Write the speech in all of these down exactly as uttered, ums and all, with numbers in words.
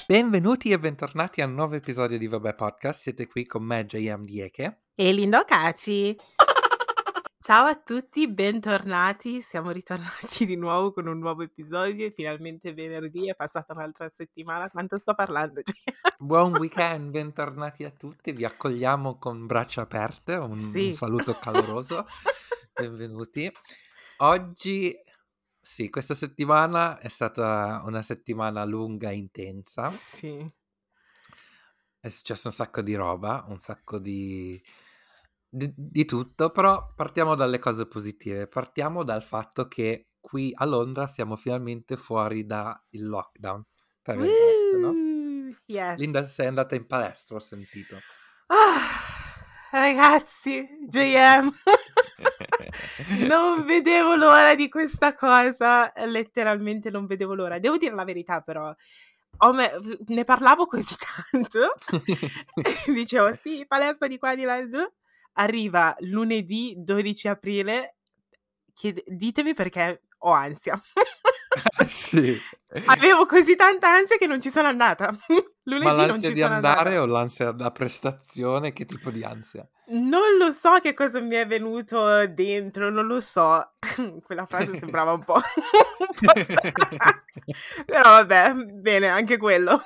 Benvenuti e bentornati a un nuovo episodio di Vabbè Podcast. Siete qui con me, J M Dieke. E Lindo Caci. Ciao a tutti, bentornati. Siamo ritornati di nuovo con un nuovo episodio. Finalmente venerdì, è passata un'altra settimana. Quanto sto parlando? Buon weekend, bentornati a tutti. Vi accogliamo con braccia aperte. Un, un Sì. saluto caloroso. Benvenuti. Oggi, sì, questa settimana è stata una settimana lunga e intensa. Sì. È successo un sacco di roba, un sacco di, di, di tutto, però partiamo dalle cose positive. Partiamo dal fatto che qui a Londra siamo finalmente fuori dal lockdown, tra virgolette, no? Woo! Yes. Linda, sei andata in palestra, ho sentito. Ah, ragazzi, J M. Non vedevo l'ora di questa cosa, letteralmente non vedevo l'ora. Devo dire la verità però, ho me- ne parlavo così tanto, dicevo sì, palestra di qua, di là, di là. Arriva lunedì dodici aprile, chied- ditemi perché ho ansia. Sì. Avevo così tanta ansia che non ci sono andata. Ma Lunedì non l'ansia ci di sono andare andata. o l'ansia da prestazione? Che tipo di ansia? Non lo so che cosa mi è venuto dentro, non lo so. Quella frase sembrava un po', un po' strana. Però vabbè, bene, anche quello.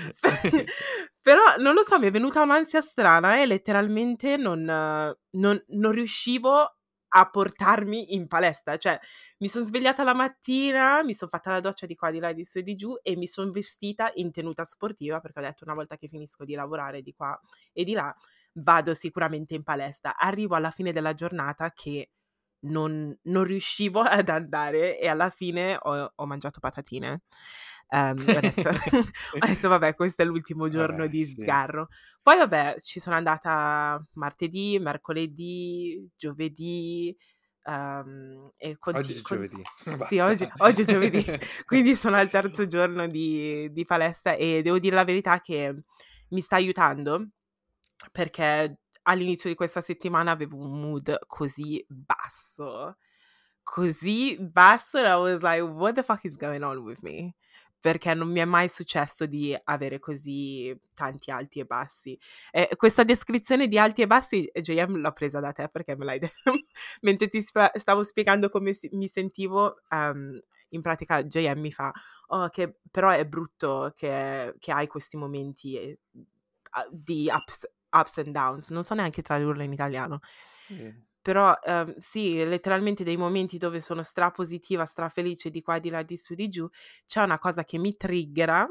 Però non lo so, mi è venuta un'ansia strana e letteralmente non, non, non riuscivo a portarmi in palestra. Cioè, mi sono svegliata la mattina, mi sono fatta la doccia di qua, di là, di su e di giù e mi sono vestita in tenuta sportiva perché ho detto una volta che finisco di lavorare di qua e di là vado sicuramente in palestra. Arrivo alla fine della giornata che non, non riuscivo ad andare e alla fine ho, ho mangiato patatine. Um, ho, detto, ho detto vabbè, questo è l'ultimo giorno Vabbè, di sì. sgarro. Poi vabbè, ci sono andata martedì, mercoledì, giovedì. Um, e conti- Oggi è con- giovedì. sì, Basta. oggi, oggi è giovedì, quindi sono al terzo giorno di, di palestra e devo dire la verità che mi sta aiutando perché all'inizio di questa settimana avevo un mood così basso, così basso, and I was like, what the fuck is going on with me? Perché non mi è mai successo di avere così tanti alti e bassi. E questa descrizione di alti e bassi, J M, l'ho presa da te perché me l'hai detto. Mentre ti spa- stavo spiegando come si- mi sentivo, um, in pratica J M mi fa, oh, che però è brutto che, che hai questi momenti eh, di ups, ups and downs, non so neanche tradurlo in italiano. Sì. Però ehm, sì, letteralmente dei momenti dove sono strapositiva, strafelice di qua, di là, di su, di giù, c'è una cosa che mi triggera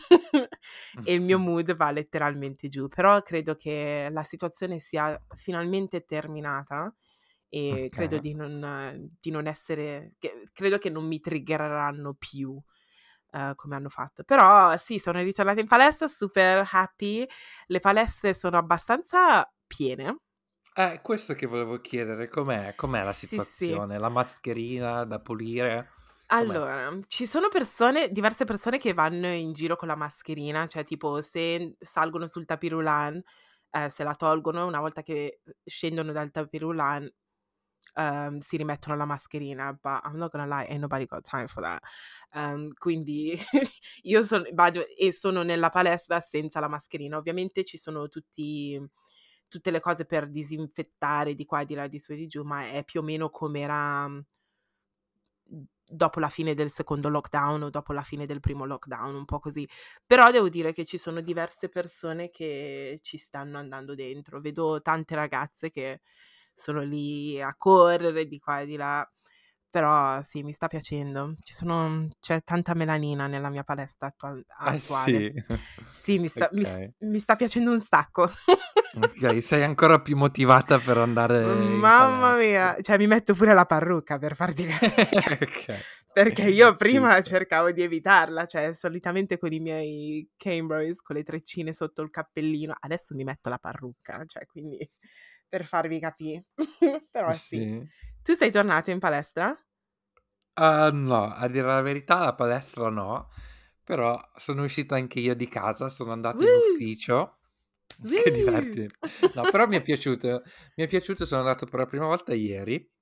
e il mio mood va letteralmente giù. Però credo che la situazione sia finalmente terminata e credo Ok. di non, di non essere, che, credo che non mi triggereranno più. Uh, come hanno fatto. Però sì, sono ritornata in palestra, super happy. Le palestre sono abbastanza piene. Eh, questo che volevo chiedere, com'è, com'è la Sì, sì. situazione? La mascherina da pulire? Com'è? Allora, ci sono persone, diverse persone che vanno in giro con la mascherina, cioè tipo se salgono sul tapirulan, eh, se la tolgono, una volta che scendono dal tapirulan, ehm, si rimettono la mascherina, but I'm not gonna lie, ain't nobody got time for that. Ehm, quindi io son- vado e sono nella palestra senza la mascherina. Ovviamente ci sono tutti, tutte le cose per disinfettare di qua, di là, di su e di giù, ma è più o meno come era mhmm, dopo la fine del secondo lockdown o dopo la fine del primo lockdown, un po' così. Però devo dire che ci sono diverse persone che ci stanno andando dentro. Vedo tante ragazze che sono lì a correre di qua e di là. Però sì, mi sta piacendo. Ci sono, c'è tanta melanina nella mia palestra attual- Ah attuale. sì? Sì, mi sta, mi, s- Ok. mi sta piacendo un sacco. Ok, sei ancora più motivata per andare in Mamma palestra. mia, cioè mi metto pure la parrucca per farti capire. Ok. Perché io Ci prima sta. cercavo di evitarla, cioè solitamente con i miei Cambridge, con le treccine sotto il cappellino, adesso mi metto la parrucca, cioè quindi per farvi capire. Però sì. Sì. Tu sei tornato in palestra? Ah, no, a dire la verità la palestra no, però sono uscito anche io di casa, sono andato in Woo! ufficio. Che Woo! divertente. No, però mi è piaciuto, mi è piaciuto, sono andato per la prima volta ieri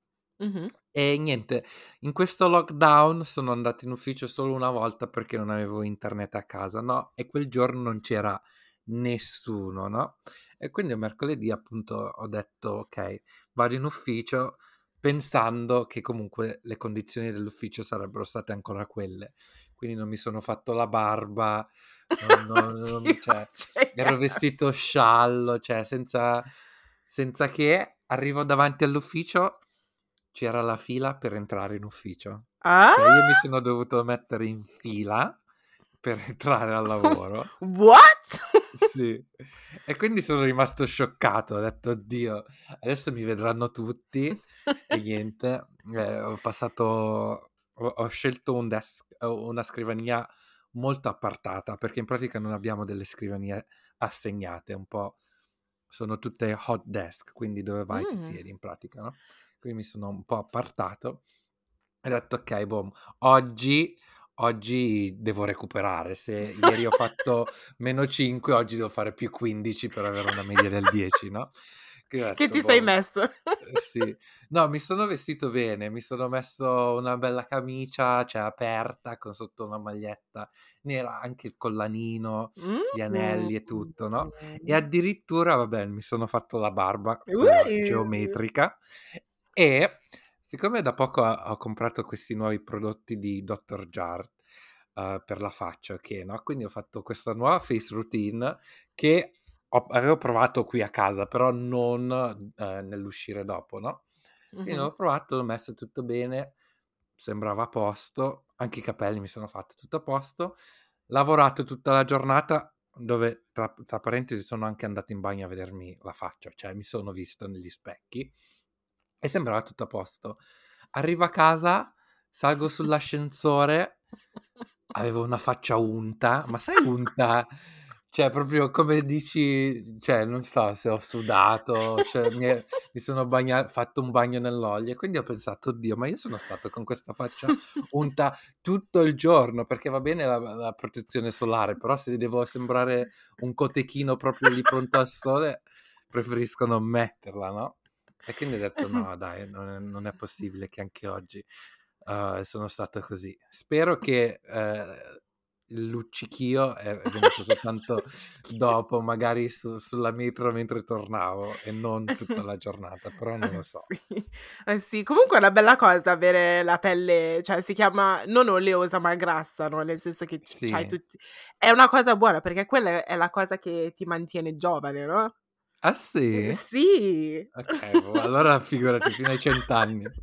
Mh-mh. E niente, in questo lockdown sono andato in ufficio solo una volta perché non avevo internet a casa, no, e quel giorno non c'era nessuno, no, e quindi mercoledì appunto ho detto: "Okay, vado in ufficio", pensando che comunque le condizioni dell'ufficio sarebbero state ancora quelle. Quindi non mi sono fatto la barba, non non non Oddio, cioè, cioè ero vestito sciallo, cioè senza senza che arrivo davanti all'ufficio, c'era la fila per entrare in ufficio. Ah? Cioè io mi sono dovuto mettere in fila per entrare al lavoro. What? Sì. E quindi sono rimasto scioccato, ho detto: "Oddio, adesso mi vedranno tutti", e niente, ehm, ho passato ho ho scelto un desk o una scrivania molto appartata, perché in pratica non abbiamo delle scrivanie assegnate, un po' sono tutte hot desk, quindi dove vai ti Mh. siedi in pratica, no, quindi mi sono un po' appartato e ho detto: "Okay, boh, oggi oggi devo recuperare. Se ieri ho fatto meno cinque, oggi devo fare più quindici per avere una media del dieci", no, quindi ho Che detto: ti sei "Boh". messo? Uhm, sì. No, mi sono vestito bene, mi sono messo una bella camicia, cioè aperta, con sotto una maglietta nera, anche il collanino, gli Mh. anelli e tutto, no, e addirittura, vabbè, mi sono fatto la barba, quella Uh. geometrica, e siccome da poco ho ho comprato questi nuovi prodotti di Dr. Jart', uhm, per la faccia, okay, no, quindi ho fatto questa nuova face routine che ho avevo provato qui a casa, però non, ehm, nell'uscire dopo, no, quindi Mh-mh. l'ho provato, l'ho messo tutto bene, sembrava a posto, anche i capelli mi sono fatto tutto a posto, lavorato tutta la giornata, dove tra tra parentesi sono anche andato in bagno a vedermi la faccia, cioè mi sono visto negli specchi e sembrava tutto a posto. Arrivo a casa, salgo sull'ascensore, avevo una faccia unta, ma sai unta, cioè proprio come dici, cioè non so se ho sudato, cioè mi è mi sono bagna fatto un bagno nell'olio e quindi ho pensato: "Oddio, ma io sono stato con questa faccia unta tutto il giorno", perché va bene la la protezione solare, però se devo sembrare un cotechino proprio lì pronto al sole, preferisco non metterla, no, e quindi ho detto: "No dai, non è non è possibile che anche oggi, uhm, sono stato così". Spero che, ehm, il luccichio è è venuto soltanto dopo, magari su sulla metro mentre tornavo e non tutta la giornata, però non lo Eh so. sì, eh sì. Comunque è una bella cosa avere la pelle, cioè si chiama non oleosa ma grassa, no, nel senso che c c'hai Sì. tutti è una cosa buona perché quella è la cosa che ti mantiene giovane, no? Ah Uhm, sì? sì. Okay, boh, allora figurati fino ai cent anni.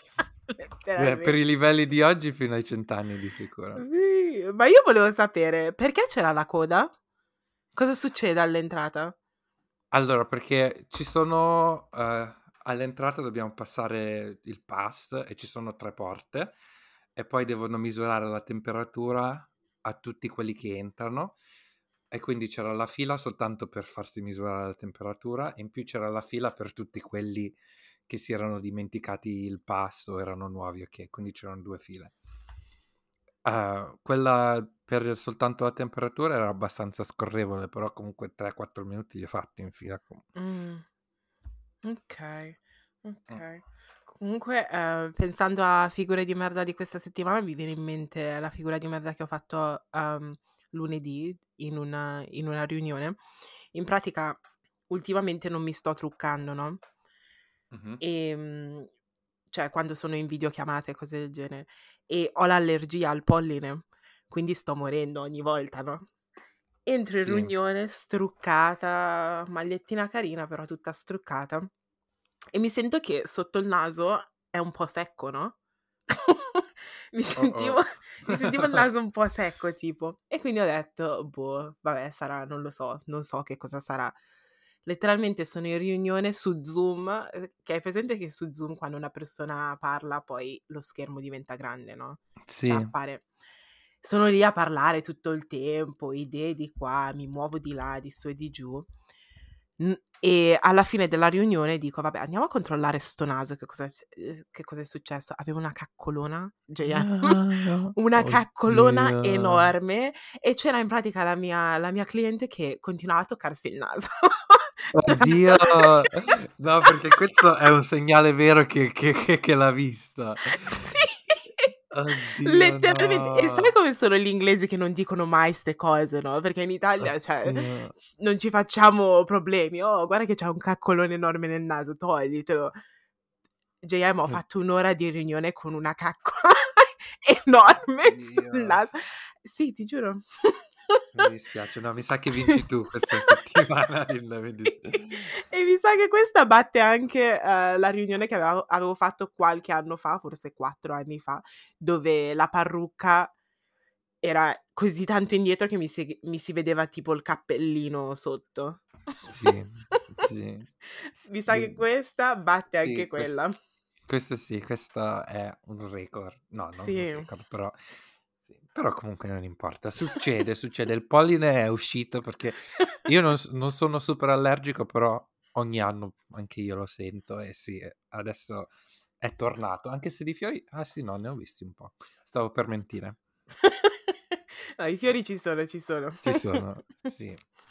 Beh, per Letteralmente. i livelli di oggi fino ai cent anni di sicuro. Sì, ma io volevo sapere, perché c'era la coda? Cosa succede all'entrata? Allora, perché ci sono, ehm, all'entrata dobbiamo passare il pass e ci sono tre porte e poi devono misurare la temperatura a tutti quelli che entrano e quindi c'era la fila soltanto per farsi misurare la temperatura e in più c'era la fila per tutti quelli che si erano dimenticati il pass o erano nuovi, okay, quindi c'erano due file. Uhm, quella per soltanto la temperatura era abbastanza scorrevole, però comunque tre, quattro minuti li ho fatti in fila com Mh. Okay, Mh. okay. Comunque, ehm, pensando a figure di merda di questa settimana, mi viene in mente la figura di merda che ho fatto, uhm, lunedì in una in una riunione. In pratica ultimamente non mi sto truccando, no, Mh-mh. ehm, cioè quando sono in videochiamate e cose del genere, e ho l'allergia al polline, quindi sto morendo ogni volta, no, entro in Sì. riunione struccata, magliettina carina, però tutta struccata. E mi sento che sotto il naso è un po' secco, no, mi sentivo Oh-oh. mi sentivo il naso un po' secco tipo, e quindi ho detto: "Boh, vabbè sarà non lo so, non so che cosa sarà". Letteralmente sono in riunione su Zoom, uhm, che hai presente che su Zoom quando una persona parla poi lo schermo diventa grande, no, cioè Sì. appare sono lì a parlare tutto il tempo, idee di qua, mi muovo di là, di su e di giù. Mhmm, e alla fine della riunione dico: "Vabbè, andiamo a controllare 'sto naso che cosa c uhm, che cosa è successo". Avevo una caccolona J M, Ah, una caccolona oddio. enorme e c'era in pratica la mia la mia cliente che continuava a toccarsi il naso. Oddio! No, perché questo è un segnale vero che che che che l'ha vista. Sì, Oddio, letteralmente. E sai no. come sono gli inglesi che non dicono mai 'ste cose, no, perché in Italia, cioè, Oddio. c non ci facciamo problemi: "Oh, guarda che c'ha un caccolone enorme nel naso, toglitelo." J M, ho Od fatto un' ora di riunione con una caccola enorme sul Oddio. naso. Sì, ti giuro. Mi dispiace, no, mi sa che vinci tu questa settimana Sì. indovini E mi sa che questa batte anche, ehm, la riunione che avevamo avevo fatto qualche anno fa, forse quattro anni fa, dove la parrucca era così tanto indietro che mi si mi si vedeva tipo il cappellino sotto. Sì, sì. Mi sa che Di questa batte anche sì, ques quella. questo sì, questo è un record. No, non un Sì. record, però sì, però comunque non importa. Succede, succede. Il polline è uscito perché io non s non sono super allergico, però ogni anno anche io lo sento e sì, ehm, adesso è tornato, anche se di fiori ah sì, no, ne ho visti un po'. Stavo per mentire. No, i fiori ci sono, ci sono. Ci sono, sì.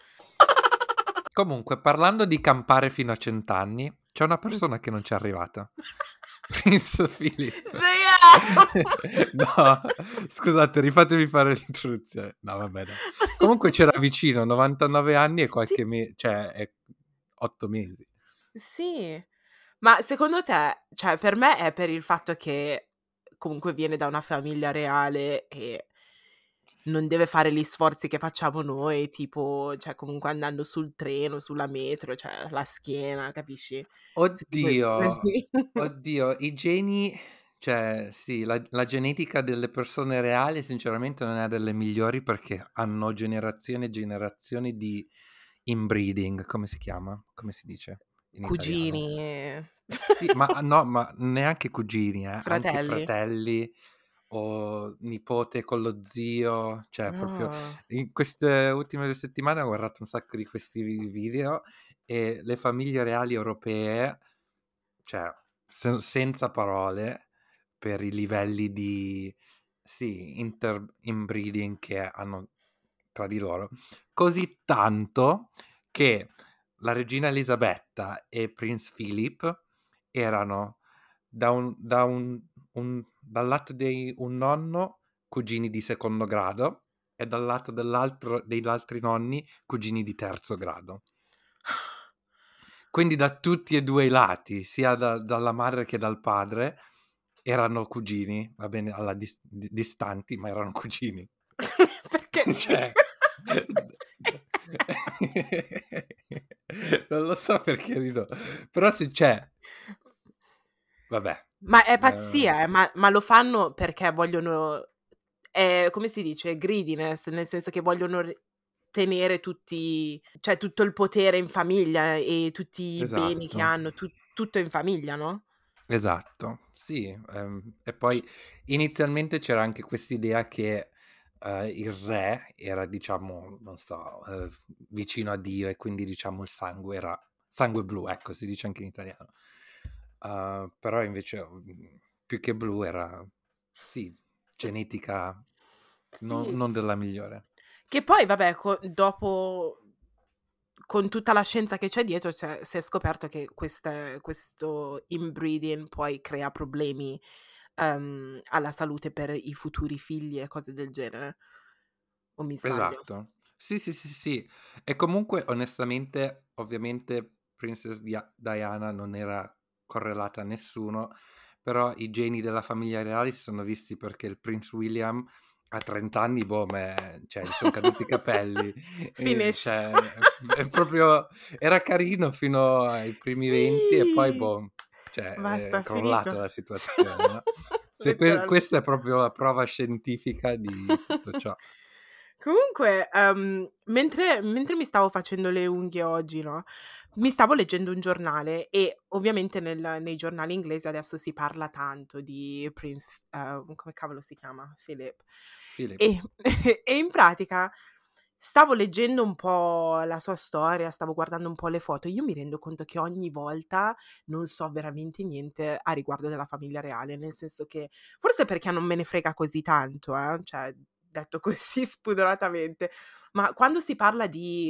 Comunque, parlando di campare fino a cento anni, c'è una Mh. persona che non c'è arrivata. Prince Philip. J M! No, scusate, rifatemi fare l'introduzione. No, vabbè, dai. Comunque c'era vicino, novantanove anni e Sì. qualche me cioè, e otto mesi. Sì. Ma secondo te, cioè per me è per il fatto che comunque viene da una famiglia reale e non deve fare gli sforzi che facciamo noi, tipo, cioè comunque andando sul treno, sulla metro, cioè la schiena, capisci? Tutti quei Oddio, problemi. oddio, i geni cioè sì, la la genetica delle persone reali sinceramente non è delle migliori perché hanno generazioni e generazioni di inbreeding, come si chiama? Come si dice in italiano? Cugini e Sì, ma ah, no, ma neanche cugini, eh, anche fratelli. fratelli o nipote con lo zio, cioè proprio Ah. in queste ultime due settimane ho guardato un sacco di questi vi video e le famiglie reali europee, cioè sen senza parole per i livelli di sì, inter inbreeding che hanno tra di loro. Così tanto che la regina Elisabetta e Prince Philip erano da un da un un dal lato di un nonno cugini di secondo grado e dal lato dell'altro degli altri nonni cugini di terzo grado. Quindi da tutti e due i lati, sia da dalla madre che dal padre, erano cugini, va bene, alla dis di distanti, ma erano cugini. Perché sì. Cioè non lo so perché rido, però se c'è vabbè, Ma è ehm, pazzia, eh, ma ma lo fanno perché vogliono ehm, come si dice, greediness, nel senso che vogliono r tenere tutti cioè tutto il potere in famiglia e tutti i beni che esatto, hanno, tu tutto in famiglia, no? esatto. Sì, ehm, e poi inizialmente c'era anche quest'idea che, ehm, il re era diciamo, non so, ehm, f vicino a Dio e quindi diciamo il sangue era sangue blu, ecco, si dice anche in italiano. Uhm, però invece, mhmm, più che blu era sì, genetica non Sì. non della migliore. Che poi vabbè, co dopo con tutta la scienza che c'è dietro, cioè si è scoperto che queste questo inbreeding poi crea problemi, ehm, alla salute per i futuri figli e cose del genere. O mi sbaglio? Esatto. Sì, sì, sì, sì. E comunque onestamente, ovviamente Princess Dia Diana non era correlata a nessuno, però i geni della famiglia reale si sono visti perché il Prince William a trenta anni, boh, me cioè gli son caduti i capelli, ehm, Finished. cioè è proprio era carino fino ai primi venti e poi Sì, boh, cioè è basta, crollata finito. la situazione, no? Se que Letteralmente. questa è proprio la prova scientifica di tutto ciò. Comunque, ehm, mentre mentre mi stavo facendo le unghie oggi, no, mi stavo leggendo un giornale e ovviamente nel nei giornali inglesi adesso si parla tanto di Prince ehm, come cavolo si chiama? Philip. Philip. E e in pratica stavo leggendo un po' la sua storia, stavo guardando un po' le foto, io mi rendo conto che ogni volta non so veramente niente a riguardo della famiglia reale, nel senso che forse perché non me ne frega così tanto, eh, cioè detto così spudoratamente, ma quando si parla di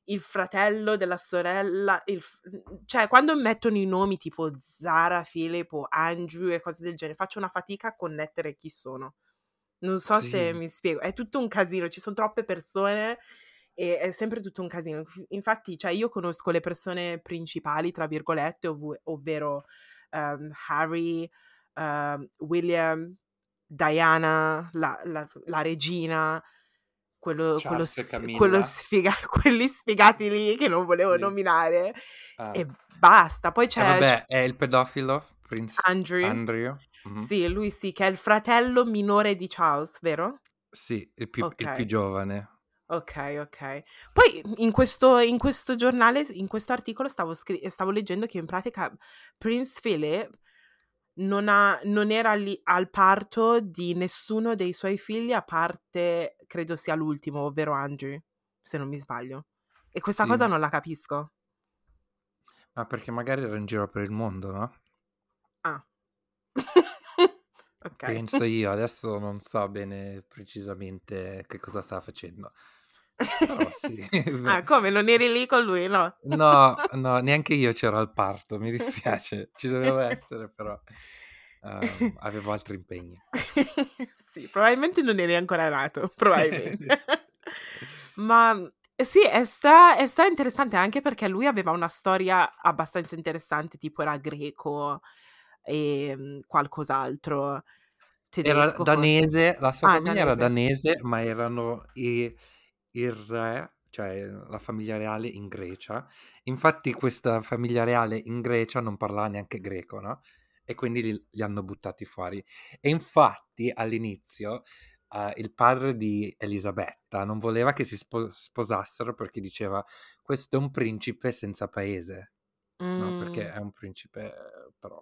il fratello della sorella, il f mhmm, cioè quando mettono i nomi tipo Zara, Philip o Andrew e cose del genere, faccio una fatica a connettere chi sono. Non so se Sì. mi spiego, è tutto un casino, ci son troppe persone e è sempre tutto un casino. Inf infatti, cioè io conosco le persone "principali" tra virgolette, ovvu ovvero, ehm, Harry, ehm, William, Diana, la la la regina, quello quello Charles e sf quello Camilla. sfiga quelli sfigati lì che non volevo Sì. nominare Ah. e basta. Poi E c'è c vabbè, è il pedofilo, Prince Andrew. Andrew. Mh-mh. Sì, lui sì, che è il fratello minore di Charles, vero? Sì, il più il più Okay, giovane. okay, okay. Poi in questo in questo giornale s in questo articolo stavo scri stavo leggendo che in pratica Prince Philip non ha non era lì al parto di nessuno dei suoi figli a parte credo sia l'ultimo, ovvero Andrew, se non mi sbaglio. E questa Sì, cosa non la capisco. ma perché magari era in giro per il mondo, no, Ah. Okay. penso io, adesso non so bene precisamente che cosa stava facendo. Però sì, beh. Ah, come non eri lì con lui, no? No, no, neanche io c'ero al parto, mi dispiace, ci dovevo essere però, uhm, avevo altri impegni. Sì, probabilmente non eri ancora nato, probabilmente. Ma, mhmm, sì, è stra è stra interessante anche perché lui aveva una storia abbastanza interessante, tipo era greco, ehm, qualcos'altro, Era tedesco forse. danese, la sua Ah, famiglia era danese. danese, ma erano i il re, cioè la famiglia reale in Grecia. Infatti questa famiglia reale in Grecia non parlava neanche greco, no, e quindi li li hanno buttati fuori. E infatti all'inizio, uhm, il padre di Elisabetta non voleva che si spo sposassero perché diceva: "Questo è un principe senza paese", no, perché Mh. è un principe, ehm, però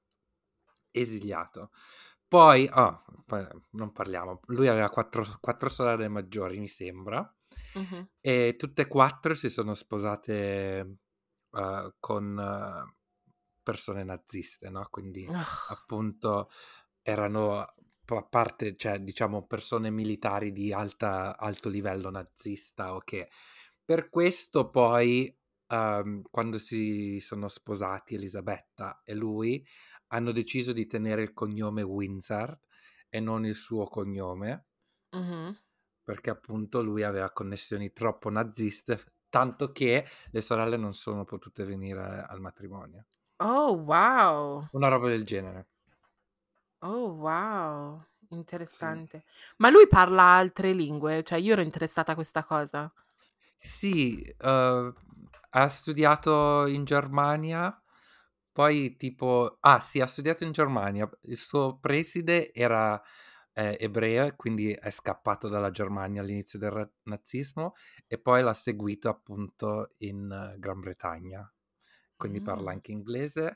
esiliato. Poi ah, poi non parliamo. Lui aveva quattro quattro sorelle maggiori, mi sembra, Mh-mh. e tutte e quattro si sono sposate, uhm, con eh, persone naziste, no, quindi appunto erano p a parte cioè diciamo persone militari di alta alto livello nazista, okay. Per questo poi, uhm, quando si sono sposati Elisabetta e lui, hanno deciso di tenere il cognome Windsor e non il suo cognome, Mh-mh. perché appunto lui aveva connessioni troppo naziste, f tanto che le sorelle non sono potute venire al matrimonio. Oh, wow! Una roba del genere. Oh, wow, Sì. interessante. Ma lui parla altre lingue? Cioè io ero interessata a questa cosa. Sì, uhm, ha studiato in Germania, poi tipo ah sì, ha studiato in Germania. Il suo preside era, ehm, ebreo e quindi è scappato dalla Germania all'inizio del ra nazismo e poi l'ha seguito appunto in eh, Gran Bretagna. Quindi parla Mh. anche inglese,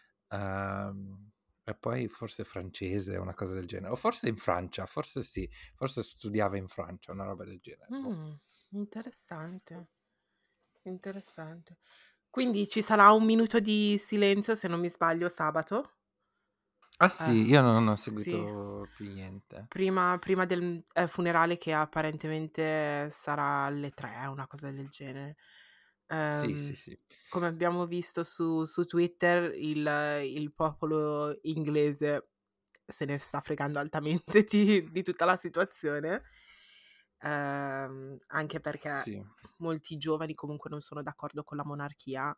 uhm, e poi forse francese, una cosa del genere. O forse in Francia, forse sì, forse studiava in Francia, una roba del genere, boh. Mh, interessante, interessante. Quindi ci sarà un minuto di silenzio, se non mi sbaglio, sabato? Ah Eh, sì, io non ho sì, seguito più niente. prima prima del, ehm, funerale che apparentemente sarà alle tre, una cosa del genere. Sì, Ehm, sì, sì. come abbiamo visto su su Twitter il il popolo inglese se ne sta fregando altamente di di tutta la situazione, ehm, anche perché Sì, molti giovani comunque non sono d'accordo con la monarchia,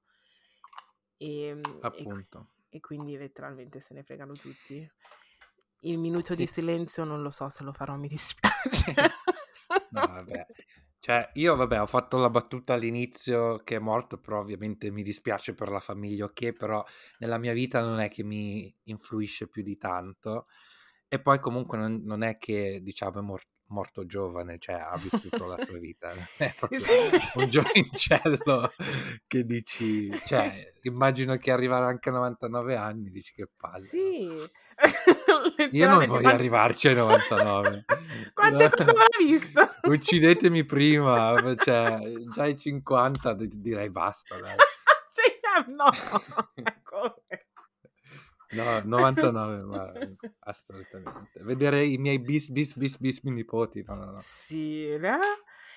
ehm, e qui appunto. e quindi letteralmente se ne fregano tutti. Il minuto Sì. di silenzio non lo so se lo farò, mi dispiace. No, vabbè. Cioè, io vabbè, ho fatto la battuta all'inizio che è morto, però ovviamente mi dispiace per la famiglia, okay, però nella mia vita non è che mi influisce più di tanto. E poi comunque non non è che diciamo è mor morto giovane, cioè ha vissuto la sua vita, non è proprio un giovincello che dici cioè immagino che arrivare anche a novantanove anni dici: "Che palle", no? Sì, Io non letteralmente voglio quan arrivarci ai novantanove. quante cose avrà visto? Uccidetemi prima, v cioè già ai cinquanta d direi basta dai. Cioè, no, ma come? No, novantanove ma assolutamente. Vedere i miei bis, bis, bis, bis nipoti, no, no, no. Sì, no?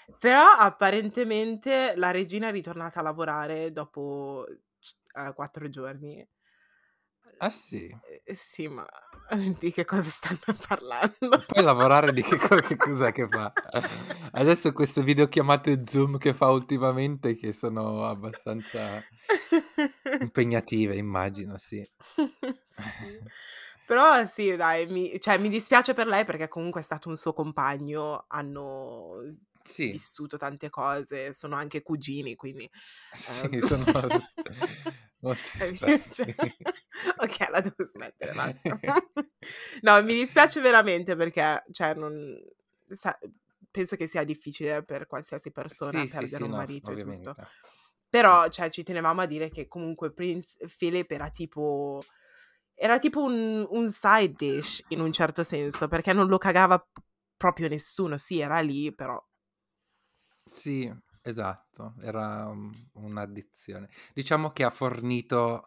Però apparentemente la regina è ritornata a lavorare dopo c ehm, quattro giorni. Ah sì? Ehm, sì, ma di che cosa stanno parlando? Poi lavorare di che co che cos'è che fa? Adesso queste videochiamate Zoom che fa ultimamente che sono abbastanza impegnative immagino, sì. Sì. Però sì dai, mi cioè mi dispiace per lei perché comunque è stato un suo compagno, hanno Sì, vissuto tante cose, sono anche cugini, quindi, ehm sì, sono s molto e stretti. cioè okay, la devo smettere, basta. No, mi dispiace veramente perché, cioè non sa penso che sia difficile per qualsiasi persona Sì, sì, perdere sì, un no, f marito e tutto. ovviamente. Sì. Però, cioè, ci tenevamo a dire che comunque Prince Philip era tipo era tipo un un side dish in un certo senso, perché non lo cagava p proprio nessuno. Sì, era lì, però Sì, esatto, era, mhmm, un'addizione. Diciamo che ha fornito,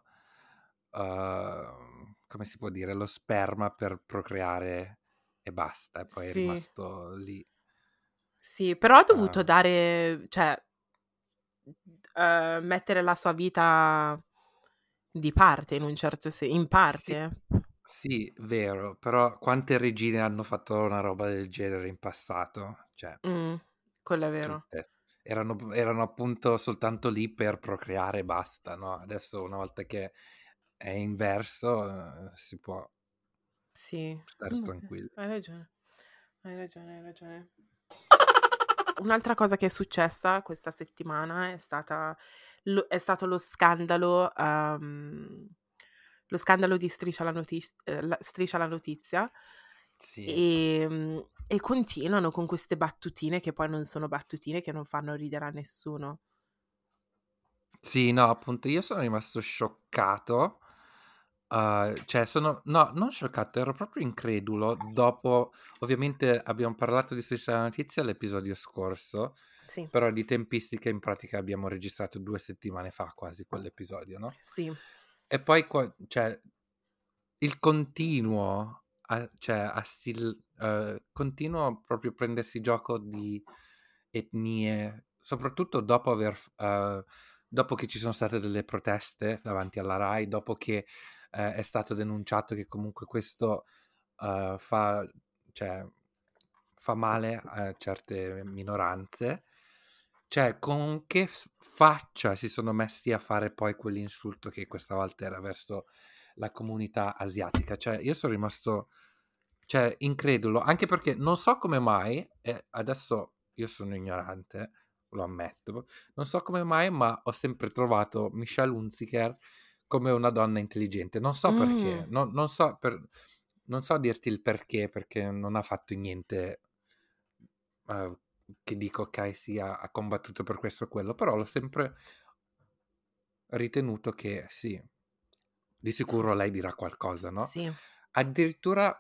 uhm, come si può dire, lo sperma per procreare e basta, e poi è sì, rimasto lì. sì, però ha dovuto Uhm, dare cioè, ehm, mettere la sua vita di parte in un certo se in sì, parte. sì, vero, però quante regine hanno fatto una roba del genere in passato? Cioè, Mh, quello è vero. tutte. Erano p erano appunto soltanto lì per procreare e basta, no, adesso una volta che è inverso, uhm, si può Sì, stare mh, tranquilli. hai ragione, hai ragione, hai ragione. Un'altra cosa che è successa questa settimana è stata lo è stato lo scandalo uhm, lo scandalo di Striscia la notis ehm, la Striscia la notizia, Sì. ehm, e continuano con queste battutine che poi non sono battutine, che non fanno ridere a nessuno. Sì, no, appunto io sono rimasto scioccato, uhm, cioè sono no, non scioccato, ero proprio incredulo dopo ovviamente abbiamo parlato di Striscia la notizia all'episodio scorso, Sì, però di tempistica in pratica abbiamo registrato due settimane fa quasi quell'episodio, no, sì. e poi qua cioè il continuo a cioè a stil uhm, continuo proprio a prendersi gioco di etnie, soprattutto dopo aver f uhm, dopo che ci sono state delle proteste davanti alla Rai, dopo che, ehm, è stato denunciato che comunque questo, uhm, fa cioè fa male a certe minoranze, cioè con che f faccia si sono messi a fare poi quell'insulto che questa volta era verso la comunità asiatica. Cioè io son rimasto, cioè incredulo, anche perché non so come mai, e adesso io sono ignorante, lo ammetto, non so come mai, ma ho sempre trovato Michelle Hunziker come una donna intelligente. Non so Mh, perché, non non so per non so dirti il perché, perché non ha fatto niente, uhm, che dico: "Okay, sì, ha ha combattuto per questo o quello", però l'ho sempre ritenuto che sì, di sicuro lei dirà qualcosa, no, sì, addirittura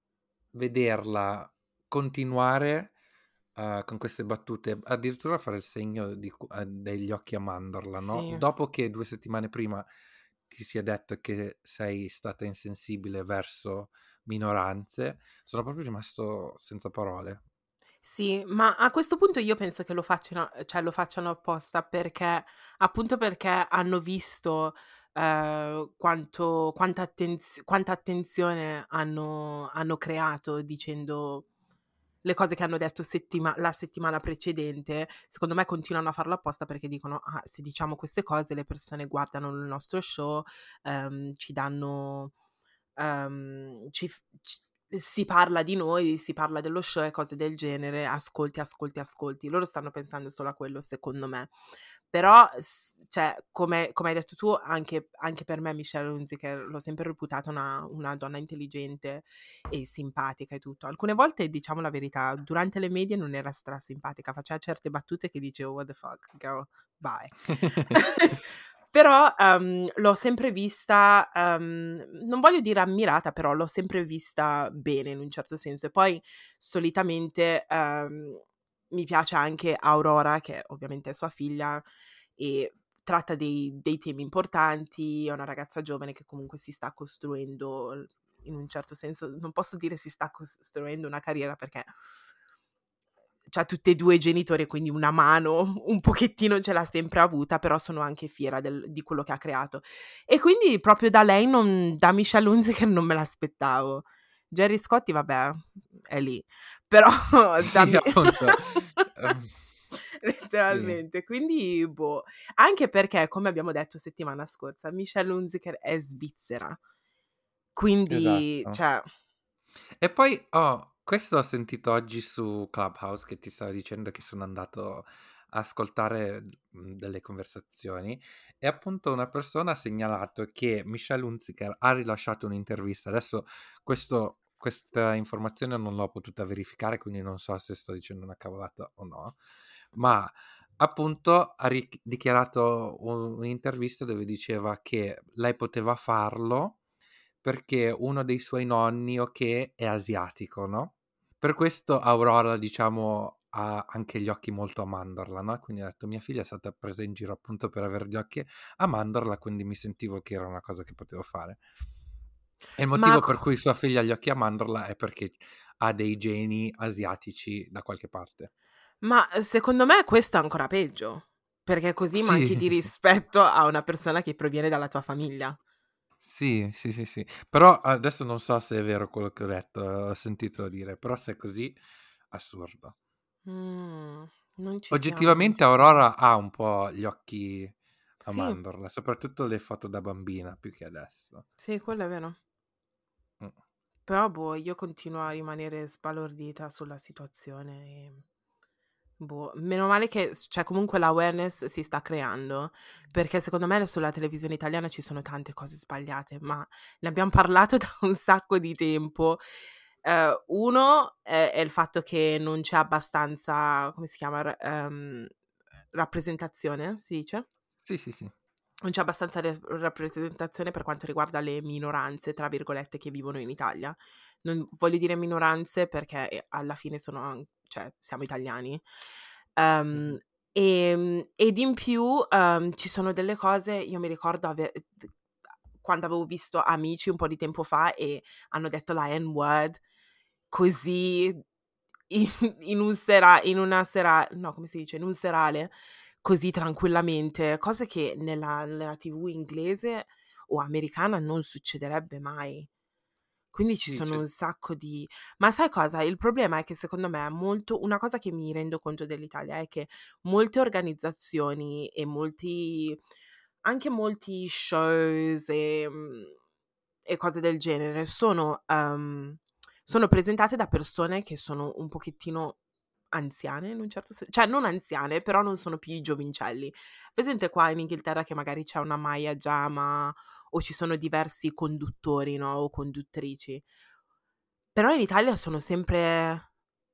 vederla continuare, uhm, con queste battute, addirittura fare il segno di cu uhm, degli occhi a mandorla, no, sì. dopo che due settimane prima ti si è detto che sei stata insensibile verso minoranze, sono proprio rimasto senza parole. Sì, ma a questo punto io penso che lo facciano cioè lo facciano apposta perché appunto perché hanno visto, ehm, quanto quanta attenz quanta attenzione hanno hanno creato dicendo le cose che hanno detto settima la settimana precedente, secondo me continuano a farlo apposta perché dicono: "Ah, se diciamo queste cose le persone guardano il nostro show, ehm, ci danno ehm, ci f c si parla di noi, si parla dello show e cose del genere, ascolti, ascolti, ascolti." Loro stanno pensando solo a quello secondo me. Però s cioè come come hai detto tu anche anche per me Michelle Hunziker l'ho sempre reputata una una donna intelligente e simpatica e tutto. Alcune volte, diciamo la verità, durante le medie non era strasimpatica, faceva certe battute che dicevo: "What the fuck girl, bye." Però, uhm, l'ho sempre vista, uhm, non voglio dire ammirata, però l'ho sempre vista bene in un certo senso. E poi solitamente, uhm, mi piace anche Aurora, che ovviamente è sua figlia, e tratta dei dei temi importanti, è una ragazza giovane che comunque si sta costruendo l in un certo senso non posso dire si sta costruendo una carriera perché c'ha tutti e due i genitori, quindi una mano un pochettino ce l'ha sempre avuta, però sono anche fiera del di quello che ha creato. E quindi proprio da lei non da Michelle Hunziker non me l'aspettavo. Gerry Scotti vabbè, è lì, però da Sì, Mi appunto. Ehm, sì, letteralmente. Quindi boh, anche perché, come abbiamo detto settimana scorsa, Michelle Hunziker è svizzera. Quindi, esatto. cioè E poi, oh, questo ho sentito oggi su Clubhouse che ti stavo dicendo che sono andato a ascoltare mh, delle conversazioni e appunto una persona ha segnalato che Michelle Hunziker ha rilasciato un'intervista. Adesso questo- questa informazione non l'ho potuta verificare, quindi non so se sto dicendo una cavolata o no, ma appunto ha ri- dichiarato un- un'intervista dove diceva che lei poteva farlo perché uno dei suoi nonni, ok, è asiatico, no? Per questo Aurora, diciamo, ha anche gli occhi molto a mandorla, no? Quindi ha detto, mia figlia è stata presa in giro appunto per avere gli occhi a mandorla, quindi mi sentivo che era una cosa che potevo fare. E il ma motivo per co cui sua figlia ha gli occhi a mandorla è perché ha dei geni asiatici da qualche parte. ma secondo me questo è ancora peggio, perché così Sì, manchi di rispetto a una persona che proviene dalla tua famiglia. sì, sì, sì, sì. Però adesso non so se è vero quello che ho detto, ho sentito dire, però se è così, assurdo. Mh, non ci siamo, non Oggettivamente ci siamo. Aurora ha un po' gli occhi a Sì, mandorla, soprattutto le foto da bambina più che adesso. sì, quello è vero. Mm. Però boh, io continuo a rimanere sbalordita sulla situazione e boh, meno male che s cioè comunque l'awareness si sta creando, perché secondo me sulla televisione italiana ci sono tante cose sbagliate, ma ne abbiam parlato da un sacco di tempo. Ehm, uno è è il fatto che non c'è abbastanza, come si chiama, r ehm, rappresentazione, si dice? Sì, sì, sì. Non c'è abbastanza re rappresentazione per quanto riguarda le "minoranze", tra virgolette, che vivono in Italia. Non voglio dire minoranze perché, ehm, alla fine sono an cioè siamo italiani. Ehm, Mhm. ehm, ed in più, uhm, ci sono delle cose io mi ricordo ave d quando avevo visto Amici un po' di tempo fa e hanno detto la N-word così in in un sera in una sera no, come si dice, in un serale, così tranquillamente, cose che nella nella T V inglese o americana non succederebbe mai. Quindi ci Sì, sono c'è- un sacco di ma sai cosa? Il problema è che secondo me molto una cosa che mi rendo conto dell'Italia è che molte organizzazioni e molti anche molti shows, ehm, e cose del genere sono, uhm, sono presentate da persone che sono un pochettino anziane in un certo sen cioè non anziane, però non sono più i giovincelli. Presente qua in Inghilterra che magari c'è una Maya Jama o ci sono diversi conduttori, no, o conduttrici. Però in Italia sono sempre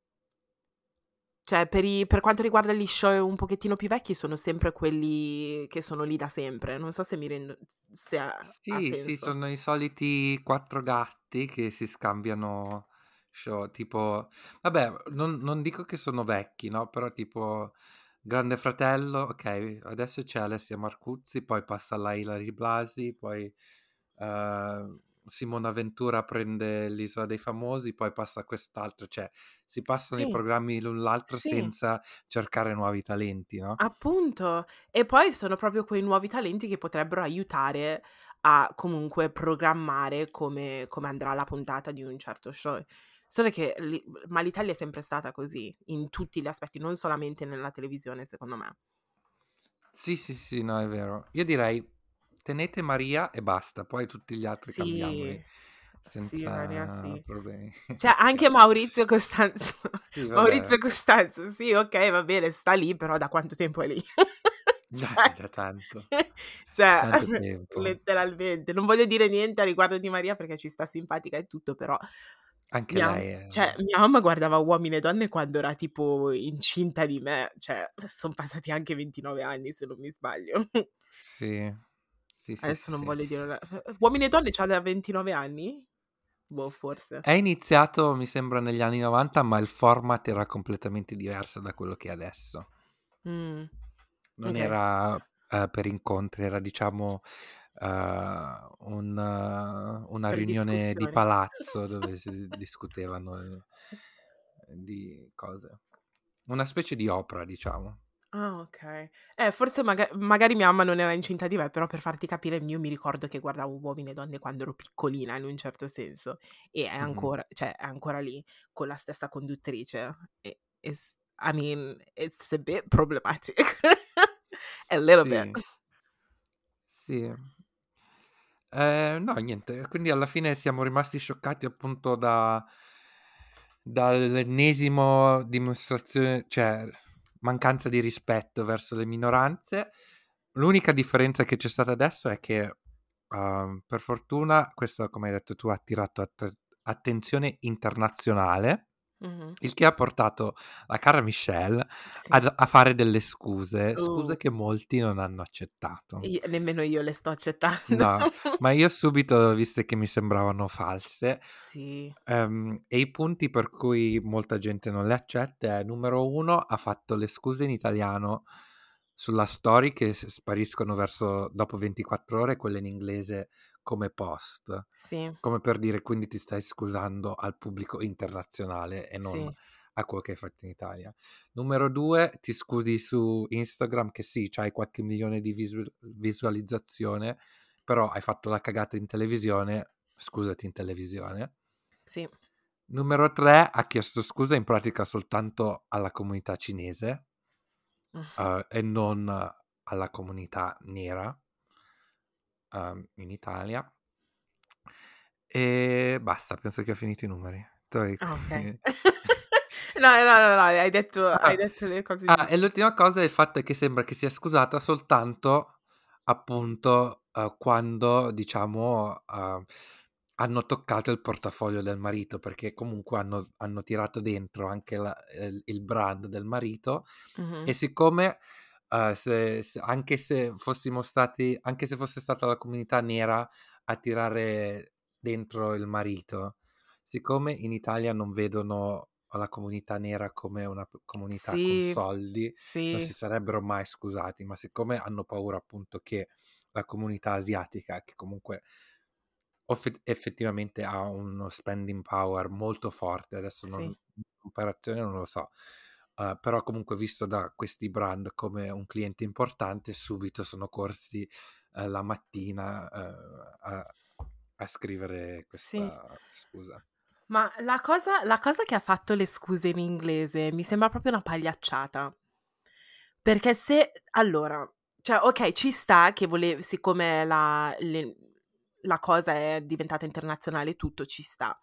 cioè per i per quanto riguarda gli show un pochettino più vecchi sono sempre quelli che sono lì da sempre. Non so se mi rendo se ha ha sì, sì, senso. sono i soliti quattro gatti che si scambiano show, tipo, vabbè, non, non dico che sono vecchi, no? Però tipo Grande Fratello, ok, adesso c'è Alessia Marcuzzi, poi passa la Ilary Blasi, poi eh, Simona Ventura prende l'Isola dei Famosi, poi passa quest'altro, cioè si passano i Sì, programmi l'un l'altro sì. senza cercare nuovi talenti, no? Appunto. E poi sono proprio quei nuovi talenti che potrebbero aiutare a comunque programmare come come andrà la puntata di un certo show. Solo che l'i ma l'Italia è sempre stata così, in tutti gli aspetti, non solamente nella televisione secondo me. Sì, sì, sì, no, è vero. Io direi tenete Maria e basta, poi tutti gli altri cambiamoli Sì, sì, Maria senza sì. problemi. Cioè anche Maurizio Costanzo Sì, vabbè, Maurizio Costanzo, sì okay, va bene, sta lì, però da quanto tempo è lì? dai, Cioè da tanto, cioè tanto tempo. letteralmente. Non voglio dire niente a riguardo di Maria perché ci sta simpatica e tutto, però Anche mia lei è... cioè mia mamma guardava Uomini e Donne quando era tipo incinta di me, cioè son passati anche ventinove anni se non mi sbaglio. Sì, sì, sì, sì, Adesso non sì. voglio dire una Uomini e Donne c'ha da ventinove anni? Boh, forse. È iniziato, mi sembra, negli anni novanta, ma il format era completamente diverso da quello che è adesso. Mh, Non okay. era eh, per incontri, era diciamo eh, un, eh, una Per riunione di discussioni. palazzo dove si discutevano eh, di cose. Una specie di Oprah, diciamo. Ah, okay. Eh, forse maga magari mia mamma non era incinta di me, però per farti capire io mi ricordo che guardavo Uomini e Donne quando ero piccolina in un certo senso e è Mh-mh. ancora cioè è ancora lì con la stessa conduttrice e it's I mean, it's a bit problematic. A little bit. Sì, sì. Ehm, no niente, quindi alla fine siamo rimasti scioccati appunto da dall'ennesimo dimostrazione cioè mancanza di rispetto verso le minoranze. L'unica differenza che c'è stata adesso è che, uhm, per fortuna questo, come hai detto tu, ha attirato att attenzione internazionale, Mh-mh. il che ha portato la cara Michelle Sì. ad a fare delle scuse, Uh. scuse che molti non hanno accettato. I nemmeno io le sto accettando. No, ma io subito viste che mi sembravano false, Sì. ehm, e i punti per cui molta gente non le accetta è: numero uno ha fatto le scuse in italiano sulla story che s spariscono verso dopo ventiquattro ore, quelle in inglese come post. Sì, Come per dire: quindi ti stai scusando al pubblico internazionale e non sì, a quello che hai fatto in Italia. Numero due, ti scusi su Instagram che sì, c'hai qualche milione di visu visualizzazione, però hai fatto la cagata in televisione, scusati in televisione. sì. Numero tre, ha chiesto scusa in pratica soltanto alla comunità cinese, Mh. uhm, e non alla comunità nera, uhm, in Italia. E basta, penso che ho finito i numeri. Tu hai Ah, okay. qui No, no, no, no, hai detto hai ah, detto le cose ah, e giuste. l'ultima cosa è il fatto è che sembra che sia scusata soltanto, appunto, uhm, quando diciamo, uhm, hanno toccato il portafoglio del marito, perché comunque hanno hanno tirato dentro anche la ehm, il brand del marito Mh-mh. e siccome, uhm, se se anche se fossimo stati anche se fosse stata la comunità nera a tirare dentro il marito, siccome in Italia non vedono la comunità nera come una p comunità con Sì, soldi, non sì, si sarebbero mai scusati, ma siccome hanno paura appunto che la comunità asiatica, che comunque Offet effettivamente ha uno spending power molto forte, adesso non sì, in comparazione non lo so, uhm, però comunque visto da questi brand come un cliente importante, subito sono corsi, ehm, la mattina, uhm, a a scrivere sì. questa scusa. Ma la cosa la cosa che ha fatto le scuse in inglese mi sembra proprio una pagliacciata. Perché se allora, cioè okay, ci sta che vole siccome la le la cosa è diventata internazionale e tutto, ci sta.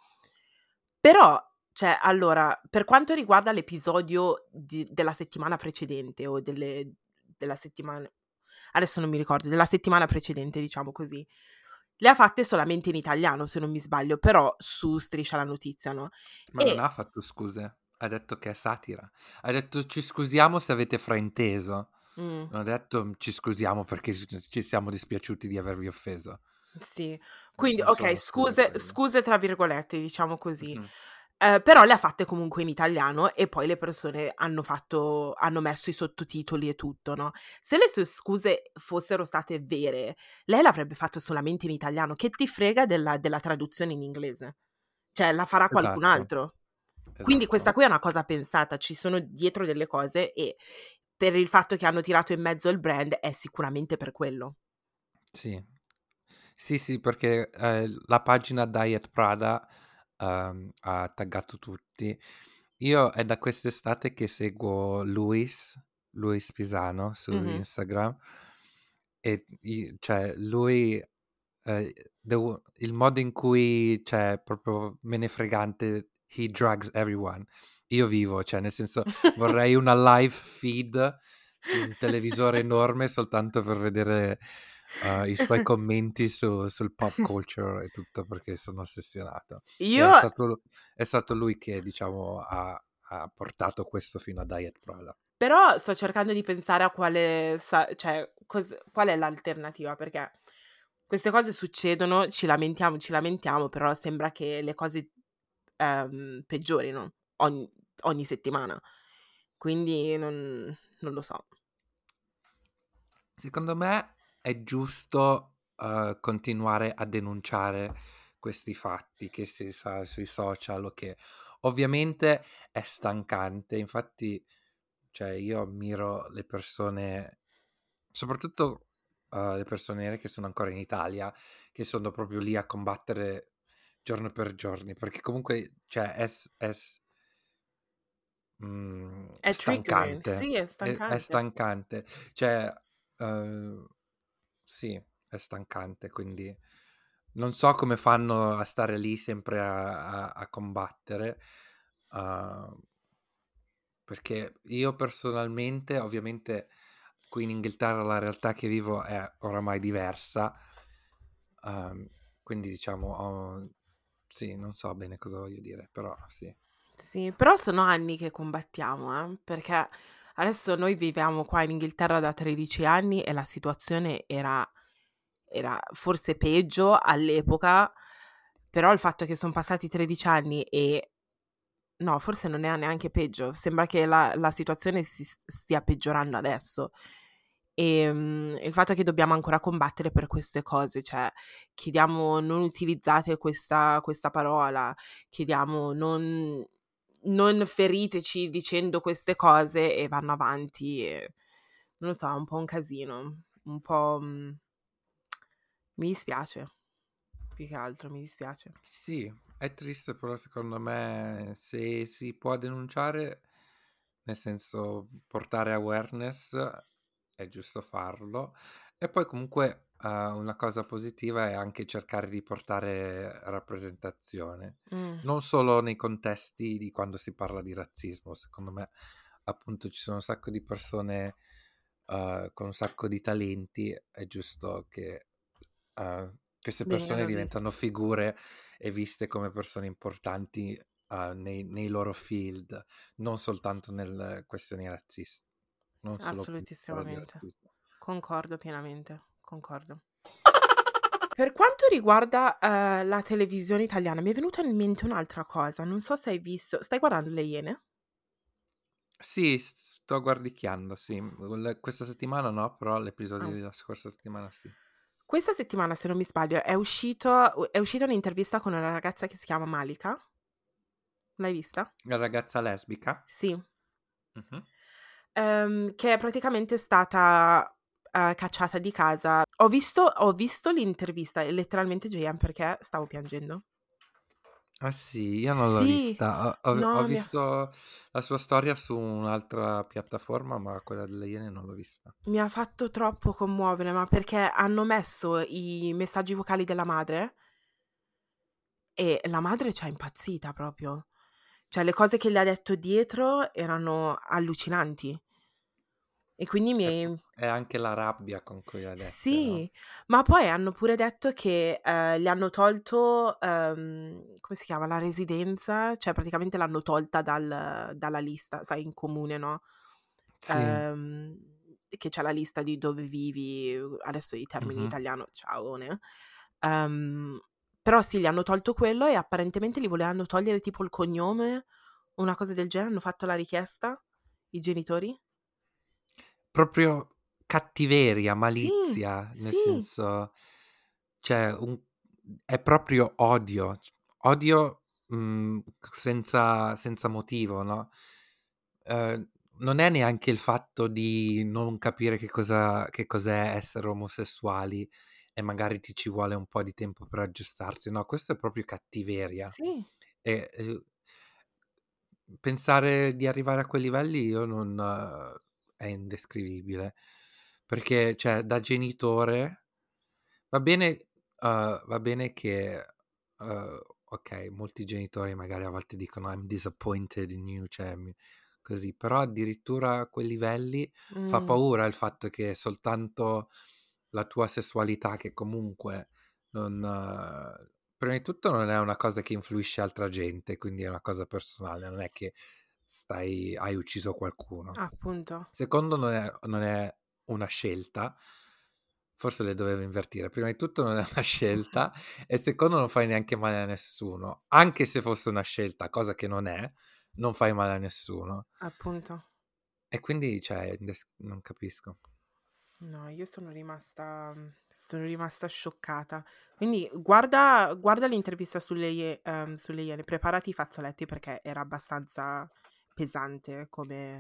Però, cioè allora, per quanto riguarda l'episodio di della settimana precedente o delle della settimana adesso non mi ricordo, della settimana precedente, diciamo così, le ha fatte solamente in italiano se non mi sbaglio, però su Striscia la Notizia, no, Ma non e ha fatto scuse, ha detto che è satira. Ha detto: "Ci scusiamo se avete frainteso." mh. Non ha detto: "Ci scusiamo perché ci ci siamo dispiaciuti di avervi offeso." Sì. Non Quindi non okay, sono scuse scuse quelle. "scuse" tra virgolette, diciamo così. Mh-mh. Ehm, però le ha fatte comunque in italiano e poi le persone hanno fatto hanno messo i sottotitoli e tutto, no. Se le sue scuse fossero state vere, lei l'avrebbe fatto solamente in italiano. Che ti frega della della traduzione in inglese? Cioè la farà qualcun Esatto, altro. Quindi questa esatto. qui è una cosa pensata, ci sono dietro delle cose e per il fatto che hanno tirato in mezzo il brand è sicuramente per quello. Sì. Sì, sì, perché, ehm, la pagina Diet Prada, uhm, ha taggato tutti. Io è da quest'estate che seguo Luis, Luis Pisano su Mh-mh. Instagram e i cioè lui, ehm, devo il modo in cui cioè proprio menefregante, he drugs everyone. Io vivo, cioè nel senso vorrei una live feed su un televisore enorme soltanto per vedere, uhm, i suoi commenti su sul pop culture e tutto, perché sono ossessionato. E Io è stato lu è stato lui che diciamo ha ha portato questo fino a Diet Prada. però sto cercando di pensare a quale sa cioè cos qual è l'alternativa, perché queste cose succedono, ci lamentiamo, ci lamentiamo, però sembra che le cose, ehm, peggiorino ogn ogni settimana. Quindi non non lo so. Secondo me è giusto, uhm, continuare a denunciare questi fatti che si sa sui social o che ovviamente è stancante. Infatti Cioè io ammiro le persone, soprattutto uh, le persone nere che sono ancora in Italia, che sono proprio lì a combattere giorno per giorno, perché comunque cioè, è, s- è s- mm, È triggering, stancante, sì, è è, è stancante. stancante, cioè uh, sì, è stancante, quindi non so come fanno a stare lì sempre a, a- a combattere, uh, perché io personalmente, ovviamente, qui in Inghilterra la realtà che vivo è oramai diversa, um, quindi diciamo, ho- sì, non so bene cosa voglio dire, però sì. Sì, però sono anni che combattiamo, eh, perché adesso noi viviamo qua in Inghilterra da tredici anni e la situazione era, era forse peggio all'epoca, però il fatto che sono passati tredici anni e no, forse non è neanche peggio, sembra che la, la situazione si s- stia peggiorando adesso. E mm, il fatto che dobbiamo ancora combattere per queste cose, cioè chiediamo non utilizzate questa, questa parola, chiediamo non, non feriteci dicendo queste cose e vanno avanti. E, non lo so, è un po' un casino, un po'... mm, mi dispiace, più che altro mi dispiace. Sì, è triste, però secondo me se si può denunciare, nel senso portare awareness, è giusto farlo. E poi comunque eh, una cosa positiva è anche cercare di portare rappresentazione, Mm, non solo nei contesti di quando si parla di razzismo. Secondo me, appunto, ci sono un sacco di persone eh, con un sacco di talenti, è giusto che eh, queste persone vengano visti. diventano figure e viste come persone importanti eh, nei, nei loro field, non soltanto nelle questioni razziste, non solo per parlare di Assolutissimamente. razzismo. Concordo pienamente, concordo. Per quanto riguarda, ehm, la televisione italiana, mi è venuta in mente un'altra cosa, non so se hai visto stai guardando Le Iene? Sì, s- sto guardicchiando, sì. Le- Questa settimana no, però l'episodio Ah. della scorsa settimana sì. Questa settimana, se non mi sbaglio, è uscito u è uscita un'intervista con una ragazza che si chiama Malika. L'hai vista? La ragazza lesbica? Sì. Mhm. Ehm, che è praticamente stata, ehm, cacciata di casa. Ho visto ho visto l'intervista e letteralmente J M perché stavo piangendo. Ah sì, io non l'ho Sì, vista. Ho, ho- ho no, mi ha visto la sua storia su un'altra piattaforma, ma quella delle Iene non l'ho vista. mi ha fatto troppo commuovere, ma perché hanno messo i messaggi vocali della madre e la madre c'ha impazzita proprio. Cioè le cose che le ha detto dietro erano allucinanti e quindi mi È, è è anche la rabbia con cui l'ha dette, no? sì, ma poi hanno pure detto che, ehm, le hanno tolto, ehm, come si chiama, la residenza, cioè praticamente l'hanno tolta dal dalla lista, sai in comune, no, Sì. ehm, che c'è la lista di dove vivi, uhm, adesso i termini in Mhm. italiano ciaone. Ehm, però sì, gli hanno tolto quello e apparentemente gli volevano togliere tipo il cognome, una cosa del genere, hanno fatto la richiesta i genitori? Proprio cattiveria, Sì, malizia, nel sì, senso, cioè, un- è proprio odio, odio mh, senza, senza motivo, no? Eh, non è neanche il fatto di non capire che cosa, che cos'è essere omosessuali e magari ti ci vuole un po' di tempo per aggiustarsi, no, questo è proprio cattiveria. sì, E, eh, pensare di arrivare a quei livelli io non eh, è indescrivibile. Perché, cioè, da genitore va bene, uh, va bene che, uh, ok, molti genitori magari a volte dicono I'm disappointed in you, cioè, mi- così, però addirittura a quei livelli fa mh, paura il fatto che soltanto la tua sessualità, che comunque non, eh, prima di tutto non è una cosa che influisce altra gente, quindi è una cosa personale, non è che stai, hai ucciso qualcuno. appunto. Secondo, non è, non è una scelta, forse le dovevo invertire. Prima di tutto non è una scelta e secondo non fai neanche male a nessuno. Anche se fosse una scelta, cosa che non è, non fai male a nessuno. Appunto. E quindi, cioè, indes- non capisco. No, io sono rimasta mhmm, sono rimasta scioccata. Quindi guarda guarda l'intervista sulle Ie ehm, sulle Iene, preparati i fazzoletti perché era abbastanza pesante come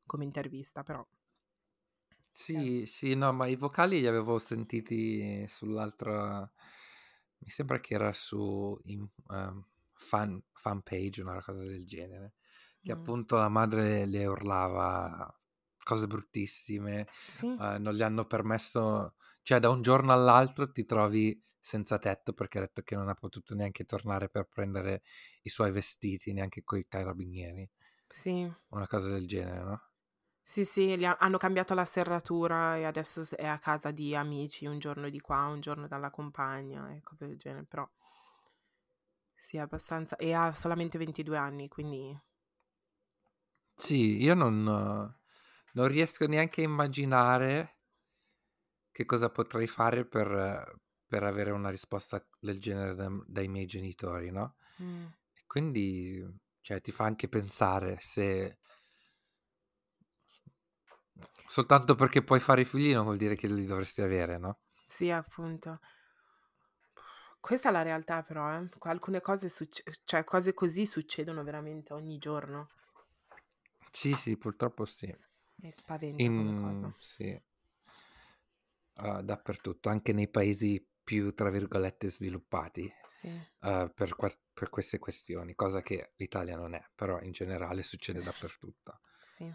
come intervista, però eh. Sì, sì, no, ma i vocali li avevo sentiti sull'altra, mi sembra che era su in, ehm, fan, fan page, una cosa del genere, che Mh. appunto la madre le urlava cose bruttissime, Sì, eh, non gli hanno permesso, cioè da un giorno all'altro ti trovi senza tetto perché ha detto che non ha potuto neanche tornare per prendere i suoi vestiti, neanche coi carabinieri, sì. una cosa del genere, no? Sì, sì, li ha hanno cambiato la serratura e adesso s è a casa di amici, un giorno di qua, un giorno dalla compagna e cose del genere, però sì, è abbastanza e ha solamente ventidue anni, quindi Sì, io non, non riesco neanche a immaginare che cosa potrei fare per, per avere una risposta del genere da- dai miei genitori, no? mh, E quindi, cioè, ti fa anche pensare se soltanto perché puoi fare i figli non vuol dire che li dovresti avere, no? sì, appunto. Questa è la realtà però, eh. Qua alcune cose succe cioè cose così succedono veramente ogni giorno Sì, sì, purtroppo sì. e spaventa come In, cosa. sì, uh, dappertutto, anche nei paesi più, tra virgolette, sviluppati, Sì, uh, per, que- per queste questioni, cosa che l'Italia non è, però in generale succede dappertutto. sì.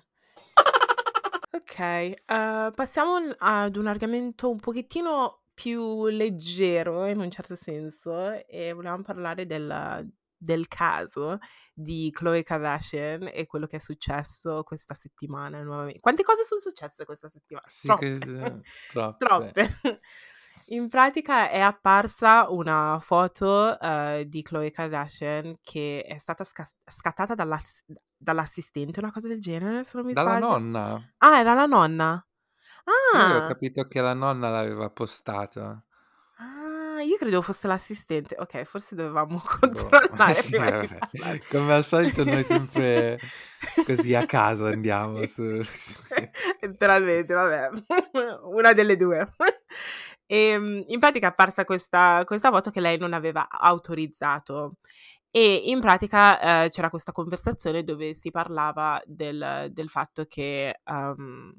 Okay, uhm, passiamo n ad un argomento un pochettino più leggero in un certo senso e volevamo parlare del del caso di Khloe Kardashian e quello che è successo questa settimana nuovame quante cose son successe questa settimana? Sì, Troppe, que- troppe. troppe. In pratica è apparsa una foto, uhm, di Khloe Kardashian che è stata scas scattata dall'ass dall'assistente, una cosa del genere, se non mi Dalla sbaglio. nonna. Ah, era la nonna? Io avevo Ah! capito che la nonna l'aveva postato. Ah, io credevo fosse l'assistente. Okay, forse dovevamo Boh, controllare sì, prima di vabbè. parlar Come al solito noi sempre così a caso andiamo Sì, su. Sì. letteralmente, vabbè, una delle due. Ehm, in pratica è apparsa questa questa foto che lei non aveva autorizzato e in pratica, ehm, c'era questa conversazione dove si parlava del del fatto che, uhm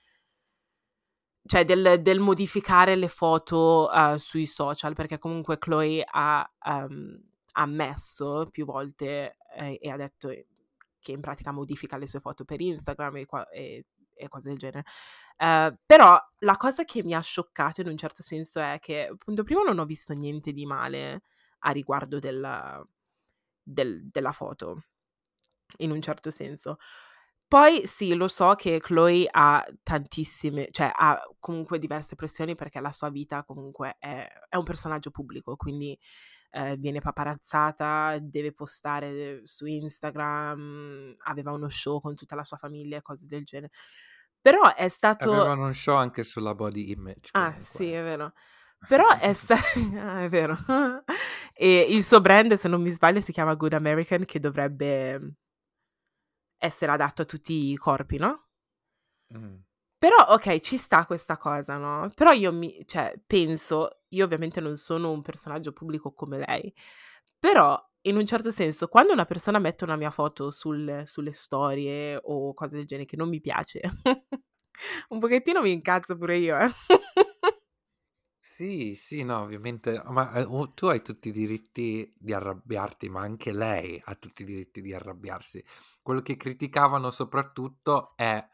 cioè del del modificare le foto, uhm, sui social, perché comunque Khloe ha, uhm, ammesso più volte, ehm, e ha detto, ehm, che in pratica modifica le sue foto per Instagram e qua e e cose del genere. Ehm, però la cosa che mi ha scioccato in un certo senso è che, appunto, prima non ho visto niente di male a riguardo del del della foto in un certo senso. Poi sì, lo so che Chloe ha tantissime cioè ha comunque diverse pressioni perché la sua vita comunque è è un personaggio pubblico, quindi, ehm, viene paparazzata, deve postare su Instagram, aveva uno show con tutta la sua famiglia e cose del genere. Però è stato Avevano un show anche sulla body image ah sì, comunque. è vero. Però è sta ah, è vero. E il suo brand, se non mi sbaglio, si chiama Good American che dovrebbe essere adatto a tutti i corpi, no, Mm. però okay, ci sta questa cosa, no, però io mi cioè penso io ovviamente non sono un personaggio pubblico come lei, però in un certo senso quando una persona mette una mia foto sul sulle storie o cose del genere che non mi piace, un pochettino mi incazzo pure io, eh. Sì, sì, no, ovviamente, ma eh, u- tu hai tutti i diritti di arrabbiarti, ma anche lei ha tutti i diritti di arrabbiarsi. Quello che criticavano soprattutto è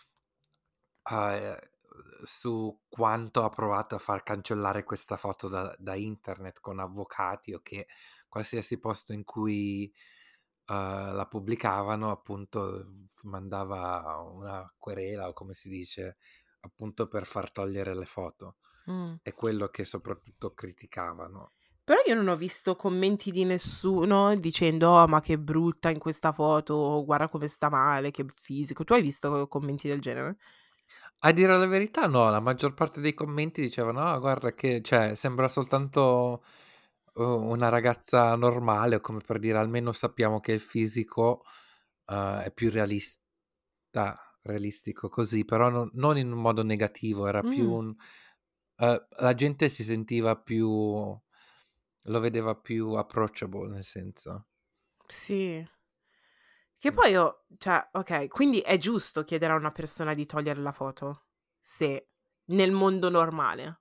eh, su quanto ha provato a far cancellare questa foto da, da internet con avvocati o che qualsiasi posto in cui eh, la pubblicavano, appunto, mandava una querela o come si dice, appunto per far togliere le foto. Mh. È quello che soprattutto criticavano. Però io non ho visto commenti di nessuno dicendo: "Oh, ma che brutta in questa foto, o guarda come sta male, che fisico." Tu hai visto commenti del genere? A dire la verità no, la maggior parte dei commenti dicevano: "Ah guarda che cioè sembra soltanto u una ragazza normale", o come per dire almeno sappiamo che il fisico, uhm, è più realista realistico così, però non non in un modo negativo, era più Mh, un uhm, la gente si sentiva più lo vedeva più approachable, nel senso. sì. Che Mh. poi io cioè, okay, quindi è giusto chiedere a una persona di togliere la foto? Se nel mondo normale.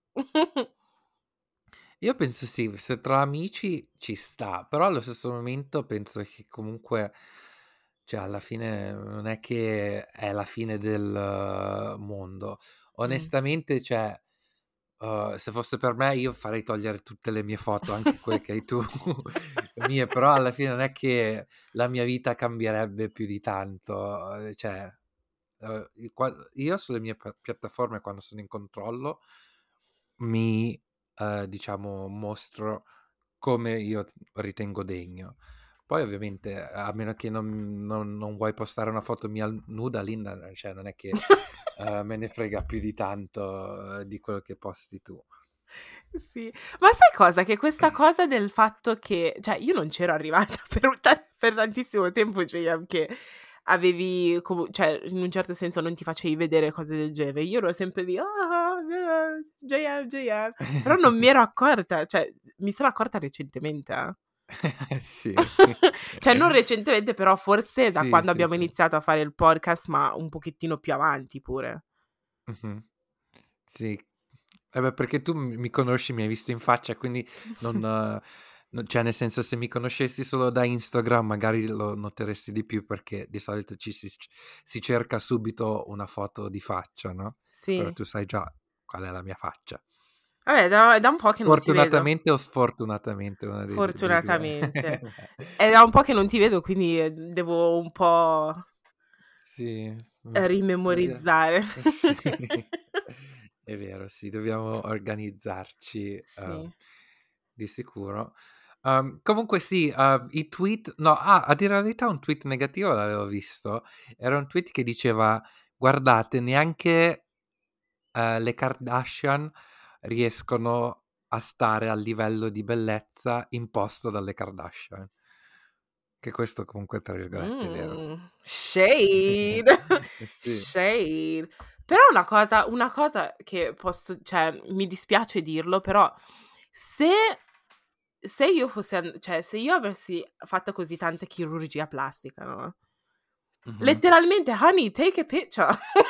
Io penso sì, se tra amici ci sta, però allo stesso momento penso che comunque, cioè alla fine non è che è la fine del mondo. Mh. Onestamente, cioè, uhm, se fosse per me io farei togliere tutte le mie foto, anche quelle che hai tu mie, però alla fine non è che la mia vita cambierebbe più di tanto, uhm, cioè, uhm, i qua io sulle mie pi piattaforme quando sono in controllo mi, uhm, diciamo mostro come io t ritengo degno. Poi ovviamente a meno che non non non vuoi postare una foto mia l nuda lì n cioè non è che, uhm, me ne frega più di tanto di quello che posti tu. Sì, ma sai cosa? Che questa cosa del fatto che cioè io non c'ero arrivata per un ta per tantissimo tempo, J-M, che avevi comu cioè in un certo senso non ti facevi vedere cose del genere. Io ero sempre lì: "Ah, J-M, J-M", però non mi ero accorta, cioè mi sono accorta recentemente, eh. Sì. Cioè non recentemente, però forse da Sì, quando sì, abbiamo sì. iniziato a fare il podcast, ma un pochettino più avanti pure. Mh-mh. Sì. Eh beh, perché tu m mi conosci, mi hai visto in faccia, quindi non non cioè nel senso se mi conoscessi solo da Instagram magari lo noteresti di più perché di solito ci si c si cerca subito una foto di faccia, no, però Sì. tu sai già qual è la mia faccia. Vabbè da è da un po' che non ti vedo. Fortunatamente o sfortunatamente, una dei d dei due. Fortunatamente. È da un po' che non ti vedo, quindi, ehm, devo un po' Sì, mh, vede rimemorizzare. sì, è vero, sì, dobbiamo organizzarci, uhm, Sì. di sicuro. Uhm, comunque sì, uhm, i tweet no, ah, a dire la verità un tweet negativo l'avevo visto. Era un tweet che diceva: "Guardate neanche, ehm, le Kardashian riescono a stare al livello di bellezza imposto dalle Kardashian." Che questo comunque tra virgolette è vero. Mh, shade, Sì. shade. Però una cosa una cosa che posso cioè mi dispiace dirlo, però se se io fossi an cioè se io avessi fatto così tanta chirurgia plastica, no, Mh-mh. letteralmente honey take a picture.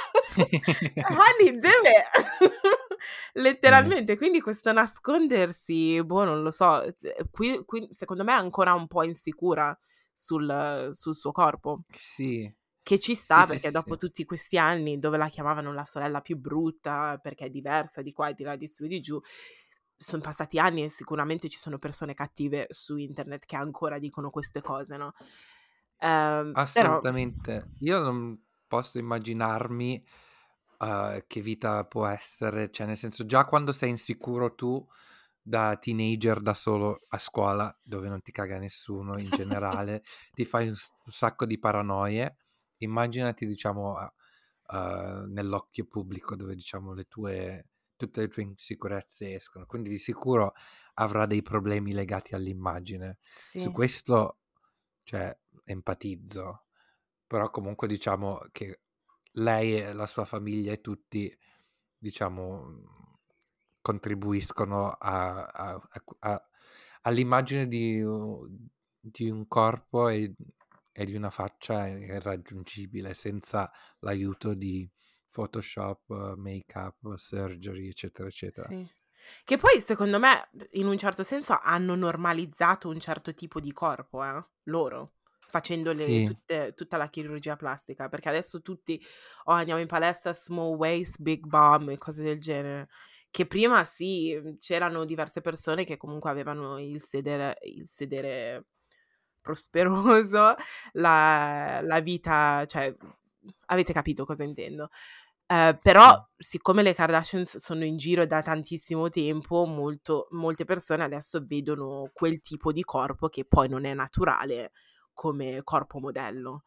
Honey do it. Sì. Letteralmente, quindi questo nascondersi, boh, non lo so, z qui qui secondo me è ancora un po' insicura sul sul suo corpo. Sì. Che ci Sì, sta sì, perché sì, dopo sì. tutti questi anni dove la chiamavano la sorella più brutta, perché è diversa di qua e di là, di su e di giù, son passati anni e sicuramente ci sono persone cattive su internet che ancora dicono queste cose, no, ehm, però Assolutamente. Io non posso immaginarmi, uhm, che vita può essere cioè nel senso già quando sei insicuro tu da teenager da solo a scuola, dove non ti caga nessuno in generale, ti fai un s un sacco di paranoie. Immaginati diciamo a uhm, nell'occhio pubblico dove diciamo le tue tutte le tue insicurezze escono, quindi di sicuro avrà dei problemi legati all'immagine. Su sì, questo, cioè, empatizzo, però comunque diciamo che lei e la sua famiglia e tutti, diciamo, mhmm, contribuiscono a a a q a all'immagine di u di un corpo e e di una faccia irraggiungibile senza l'aiuto di Photoshop, make-up, surgery, eccetera, eccetera. sì. Che poi secondo me, in un certo senso hanno normalizzato un certo tipo di corpo, eh, loro, facendo le Sì, tutte tutta la chirurgia plastica, perché adesso tutti: "Oh, andiamo in palestra, small waist, big bum" e cose del genere. Che prima sì, mhmm, c'erano diverse persone che comunque avevano il sedere il sedere prosperoso, la la vita cioè, avete capito cosa intendo. Ehm, però sì, siccome le Kardashians sono in giro da tantissimo tempo, molto molte persone adesso vedono quel tipo di corpo che poi non è naturale come corpo modello.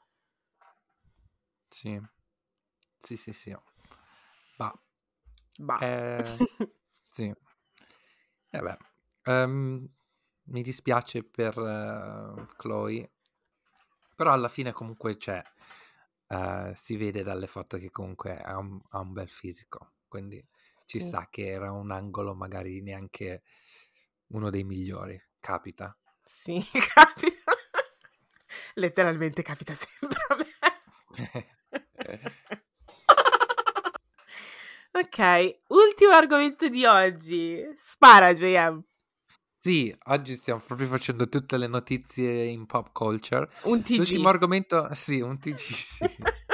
sì. Sì, sì, sì. Bah, Bah. ehm, sì. Eh beh, ehm, mi dispiace per Khloe, però alla fine comunque c'è, ehm, si vede dalle foto che comunque ha un ha un bel fisico, quindi ci Sì, sta che era un angolo magari neanche uno dei migliori. Capita. sì, capita. Letteralmente capita sempre a me. Ok, ultimo argomento di oggi. Spara, J M. Sì, oggi stiamo proprio facendo tutte le notizie in pop culture. Un T L'ultimo G. argomento, sì, un T G, sì.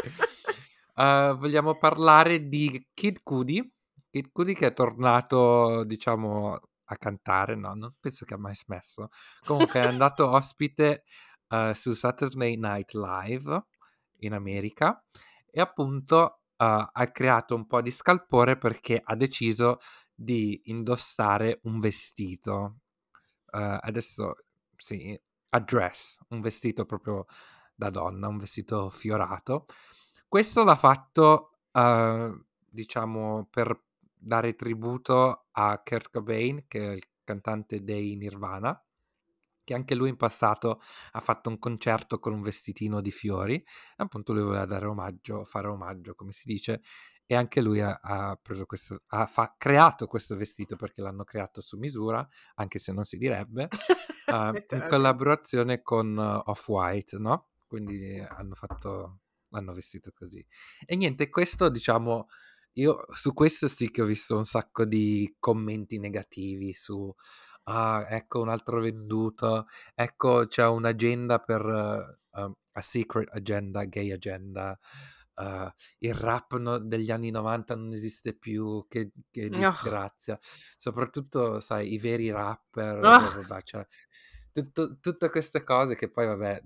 Uh, vogliamo parlare di Kid Cudi. Kid Cudi che è tornato, diciamo, a cantare, no, non penso che ha mai smesso. Comunque è andato ospite uh, su Saturday Night Live in America e appunto uh, ha creato un po' di scalpore perché ha deciso di indossare un vestito. Uh, adesso sì, a dress, un vestito proprio da donna, un vestito fiorato. Questo l'ha fatto, uh, diciamo, per dare tributo a Kurt Cobain, che è il cantante dei Nirvana, che anche lui in passato ha fatto un concerto con un vestitino di fiori, e appunto lui voleva dare omaggio, fare omaggio, come si dice, e anche lui ha, ha preso questo, ha fa, creato questo vestito perché l'hanno creato su misura, anche se non si direbbe, uh, in collaborazione con uh, Off-White, no? Quindi hanno fatto, l'hanno vestito così. E niente, questo diciamo, io su questo sì che ho visto un sacco di commenti negativi su ah, ecco un altro venduto, ecco c'è un'agenda per uh, um, a secret agenda, gay agenda, uh, il rap no, degli anni novanta non esiste più, che, che No. disgrazia, soprattutto sai i veri rapper, Oh. beh, vabbè, cioè, tutto, tutte queste cose che poi vabbè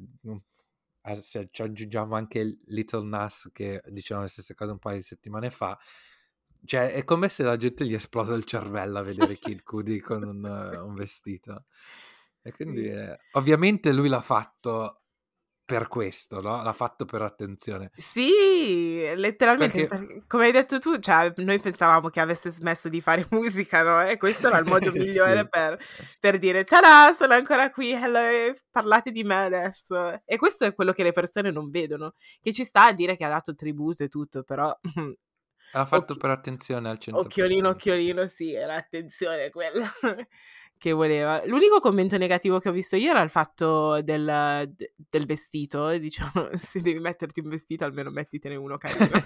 se ci aggiungiamo anche Little Nas che dicevano le stesse cose un paio di settimane fa, cioè è come se la gente gli esplosa il cervello a vedere Kid Cudi con un, uh, un vestito e quindi Sì. eh, ovviamente lui l'ha fatto per questo, no? L'ha fatto per attenzione. Sì, letteralmente, Perché perché, come hai detto tu, cioè, noi pensavamo che avesse smesso di fare musica, no? E questo era il modo migliore sì. per, per dire, tada, sono ancora qui, hello, parlate di me adesso. E questo è quello che le persone non vedono, che ci sta a dire che ha dato tributo e tutto, però... L'ha fatto occhi- per attenzione al cento per occhiolino, cento. occhiolino, sì, era attenzione quella che voleva. L'unico commento negativo che ho visto io era il fatto del, de- del vestito, e diciamo, se devi metterti un vestito almeno mettitene uno carino.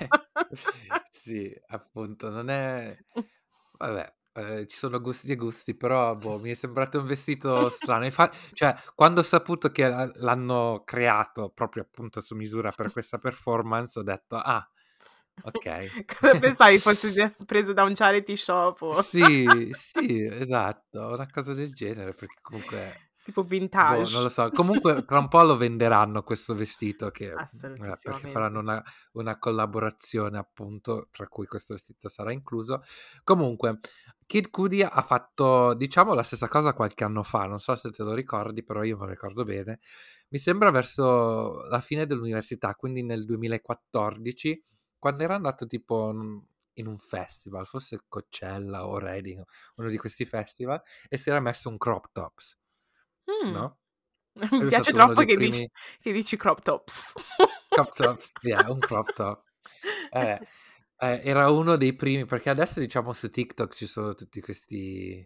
Sì, appunto, non è... Vabbè, eh, ci sono gusti e gusti, però boh, mi è sembrato un vestito strano. Infa- cioè, quando ho saputo che la- l'hanno creato proprio appunto su misura per questa performance, ho detto, ah, ok. Cosa pensavi fosse de- preso da un charity shop o Sì, sì, esatto, una cosa del genere, perché comunque, tipo boh, non lo vintage? so. Comunque tra un po' lo venderanno questo vestito che, eh, perché faranno Assolutissimamente. una, una collaborazione appunto, tra cui questo vestito sarà incluso. Comunque, Kid Cudi ha fatto, diciamo, la stessa cosa qualche anno fa, non so se te lo ricordi, però io me lo ricordo bene. Mi sembra verso la fine dell'università, quindi nel duemilaquattordici, quando era andato tipo in un festival, forse Coachella o Reading, uno di questi festival, e si era messo un crop tops, Mm. no? Mi Lui è piace stato uno troppo dei che dici, primi che dici crop tops. crop tops, yeah, un crop top. Eh, eh, era uno dei primi, perché adesso diciamo su TikTok ci sono tutti questi,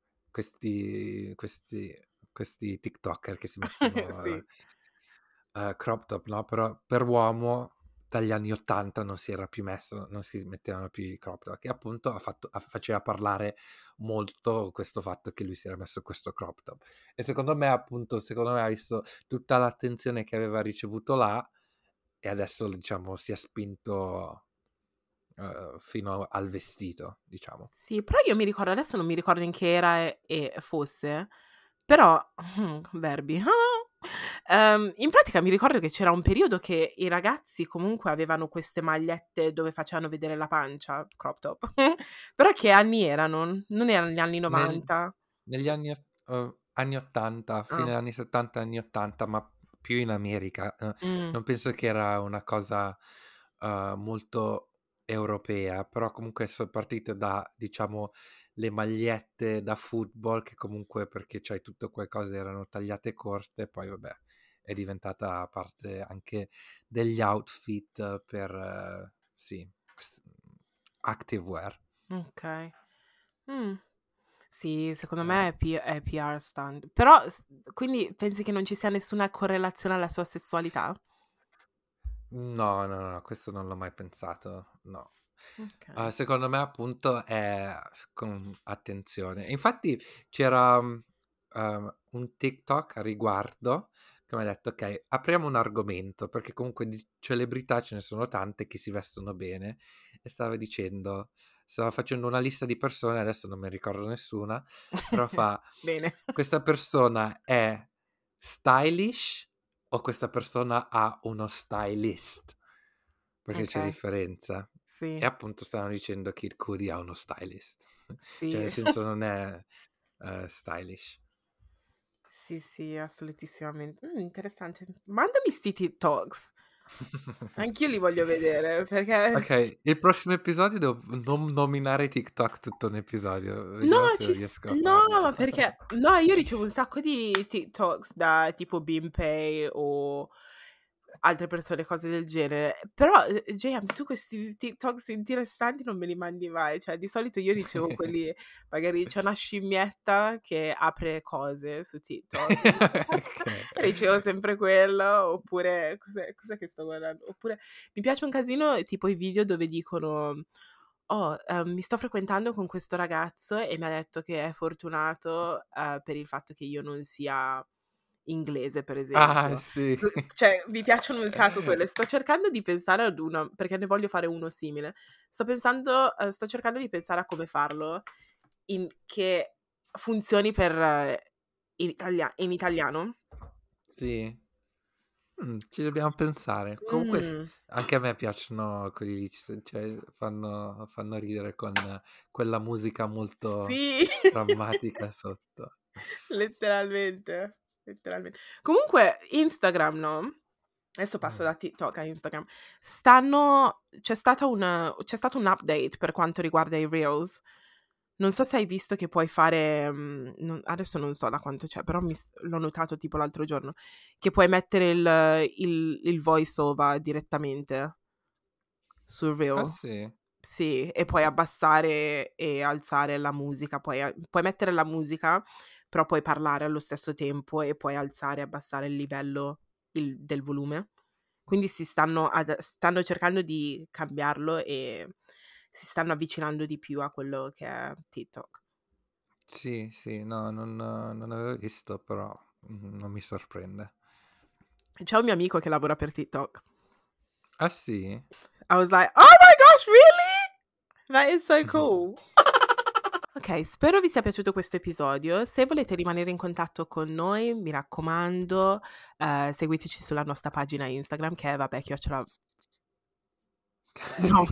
questi, questi, questi TikToker che si mettono Sì. eh, eh, crop top, no? Però per uomo dagli anni ottanta non si era più messo, non si mettevano più i crop top, che appunto ha fatto, ha- faceva parlare molto questo fatto che lui si era messo questo crop top. E secondo me, appunto, secondo me ha visto tutta l'attenzione che aveva ricevuto là e adesso, diciamo, si è spinto eh, fino al vestito, diciamo. Sì, però io mi ricordo, adesso non mi ricordo in che era e, e fosse, però, mm, verbi, Ehm, in pratica mi ricordo che c'era un periodo che i ragazzi comunque avevano queste magliette dove facevano vedere la pancia, crop top, però che anni erano? Non erano gli anni Nel- novanta? negli anni, eh, anni ottanta, Ah, fine anni settanta, anni ottanta, ma più in America. eh, mm. Non penso che era una cosa eh, molto europea, però comunque sono partite da, diciamo, le magliette da football, che comunque perché c'hai tutto qualcosa erano tagliate corte, poi vabbè, è diventata parte anche degli outfit per, eh, sì, active wear. Okay. Mh. Sì, secondo Eh. me è P è P R stunt. Però s quindi pensi che non ci sia nessuna correlazione alla sua sessualità? No, no, no, questo non l'ho mai pensato, no. Uhm, Okay. secondo me appunto è con attenzione. E infatti c'era, mhmm, uhm, un TikTok a riguardo che m'ha detto: "Okay, apriamo un argomento", perché comunque di celebrità ce ne sono tante che si vestono bene e stava dicendo stava facendo una lista di persone, adesso non me ne ricordo nessuna, però fa: Bene. "Questa persona è stylish o questa persona ha uno stylist?" Perché c'è Okay, differenza. E sì, appunto stavano dicendo che il Cudi ha uno stylist. Cioè sì. nel senso non è, ehm, stylish. Sì, sì, assolutissimamente. Mh, interessante. Mandami 'sti TikToks. Anch'io li Sì. voglio vedere perché Okay, il prossimo episodio devo non nominare TikTok tutto un episodio. no, Vediamo se ci s riesco a no, farlo. ma perché no, io ricevo un sacco di TikToks da tipo Bimpei o altre persone, cose del genere. Però, uhm, J M, tu questi TikToks interessanti non me li mandi mai. Cioè, di solito io ricevo quelli magari c'è una scimmietta che apre cose su TikTok Okay. e ricevo sempre quello, oppure cos'è cos'è che sto guardando? Oppure mi piace un casino tipo i video dove dicono: "Oh, ehm, mi sto frequentando con questo ragazzo e mi ha detto che è fortunato, ehm, per il fatto che io non sia inglese", per Ah esempio. sì. Q cioè, mi piacciono un sacco quelle. Sto cercando di pensare ad uno, perché ne voglio fare uno simile. Sto pensando ehm, sto cercando di pensare a come farlo in che funzioni per eh, in italia in italiano. Sì. Mh, ci dobbiamo pensare. Comunque s Mh, anche a me piacciono quelli lì, ci s cioè fanno fanno ridere con quella musica molto sì. drammatica sotto. Letteralmente, letteralmente. Comunque Instagram, no, adesso passo Mh. da TikTok a Instagram, stanno c'è stata un c'è stato un update per quanto riguarda i reels. Non so se hai visto che puoi fare, mhmm, non adesso non so da quanto c'è, però mi s l'ho notato tipo l'altro giorno, che puoi mettere il il il voice over direttamente sul Ah reel. sì? Sì, e puoi abbassare e alzare la musica, puoi a puoi mettere la musica, però puoi parlare allo stesso tempo e puoi alzare e abbassare il livello il del volume. Quindi si stanno ad stanno cercando di cambiarlo e si stanno avvicinando di più a quello che è TikTok. Sì, sì, no, non non avevo visto, però, mhmm, non mi sorprende. C'è un mio amico che lavora per TikTok. Ah sì? I was like: "Oh my gosh, really? That is so cool." Okay, spero vi sia piaciuto questo episodio. Se volete rimanere in contatto con noi, mi raccomando, ehm, seguiteci sulla nostra pagina Instagram che è vabbè chiocciola no.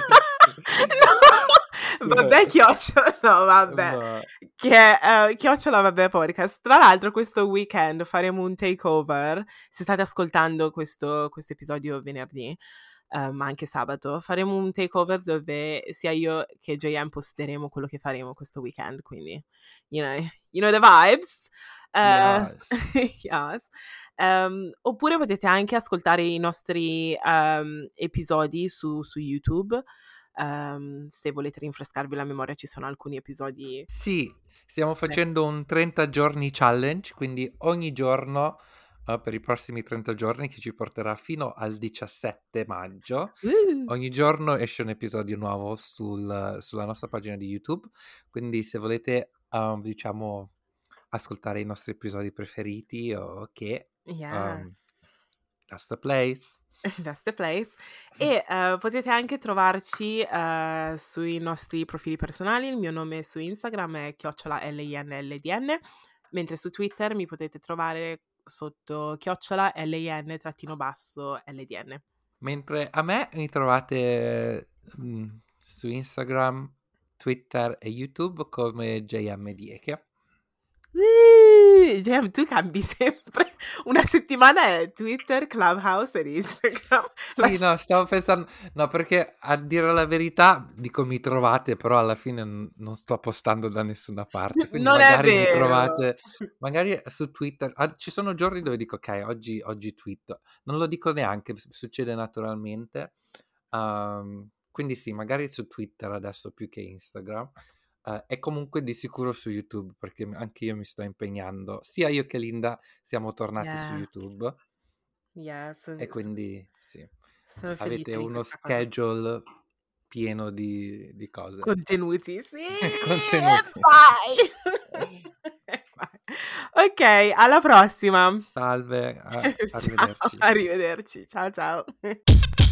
No, vabbè chiocciola no vabbè, No. che è, ehm, chiocciola vabbè podcast. Tra l'altro questo weekend faremo un takeover, se state ascoltando questo questo episodio venerdì, ehm, ma anche sabato, faremo un takeover dove sia io che J M posteremo quello che faremo questo weekend, quindi you know you know the vibes. Ehm, Yes. yes. Ehm, oppure potete anche ascoltare i nostri, ehm, episodi su su YouTube. Ehm, se volete rinfrescarvi la memoria ci sono alcuni episodi Sì, stiamo ve facendo un trenta giorni challenge, quindi ogni giorno, uhm, per i prossimi trenta giorni che ci porterà fino al diciassette maggio, uh, ogni giorno esce un episodio nuovo sul sulla nostra pagina di YouTube, quindi se volete, uhm, diciamo ascoltare i nostri episodi preferiti o che, yes. uhm, that's the place. That's the place. E, ehm, potete anche trovarci, ehm, sui nostri profili personali. Il mio nome su Instagram è chiocciola linldn, mentre su Twitter mi potete trovare sotto chiocciola lin trattino basso ldn. Mentre a me mi trovate, mhmm, su Instagram, Twitter e YouTube come J M Dieke. Uh, Gem, tu cambi sempre. Una settimana è Twitter, Clubhouse ed Instagram. La Sì, no, st stavo pensan no, perché a dire la verità dico mi trovate, però alla fine n non sto postando da nessuna parte, quindi non è magari mi vero. trovate magari su Twitter ah, ci sono giorni dove dico: "Okay, oggi oggi twitto." Non lo dico neanche, s succede naturalmente. Uhm, quindi sì, magari su Twitter adesso più che Instagram. Uh, è comunque di sicuro su YouTube, perché m- anche io mi sto impegnando. Sia io che Linda siamo tornati su Yeah, YouTube yeah, e son s quindi sì, sono avete felice di uno questa cosa. schedule pieno di, di cose, Contenuti, sì, e contenuti. vai! E vai. Okay, alla prossima. Salve, a- Ciao, arrivederci. arrivederci. Ciao, ciao.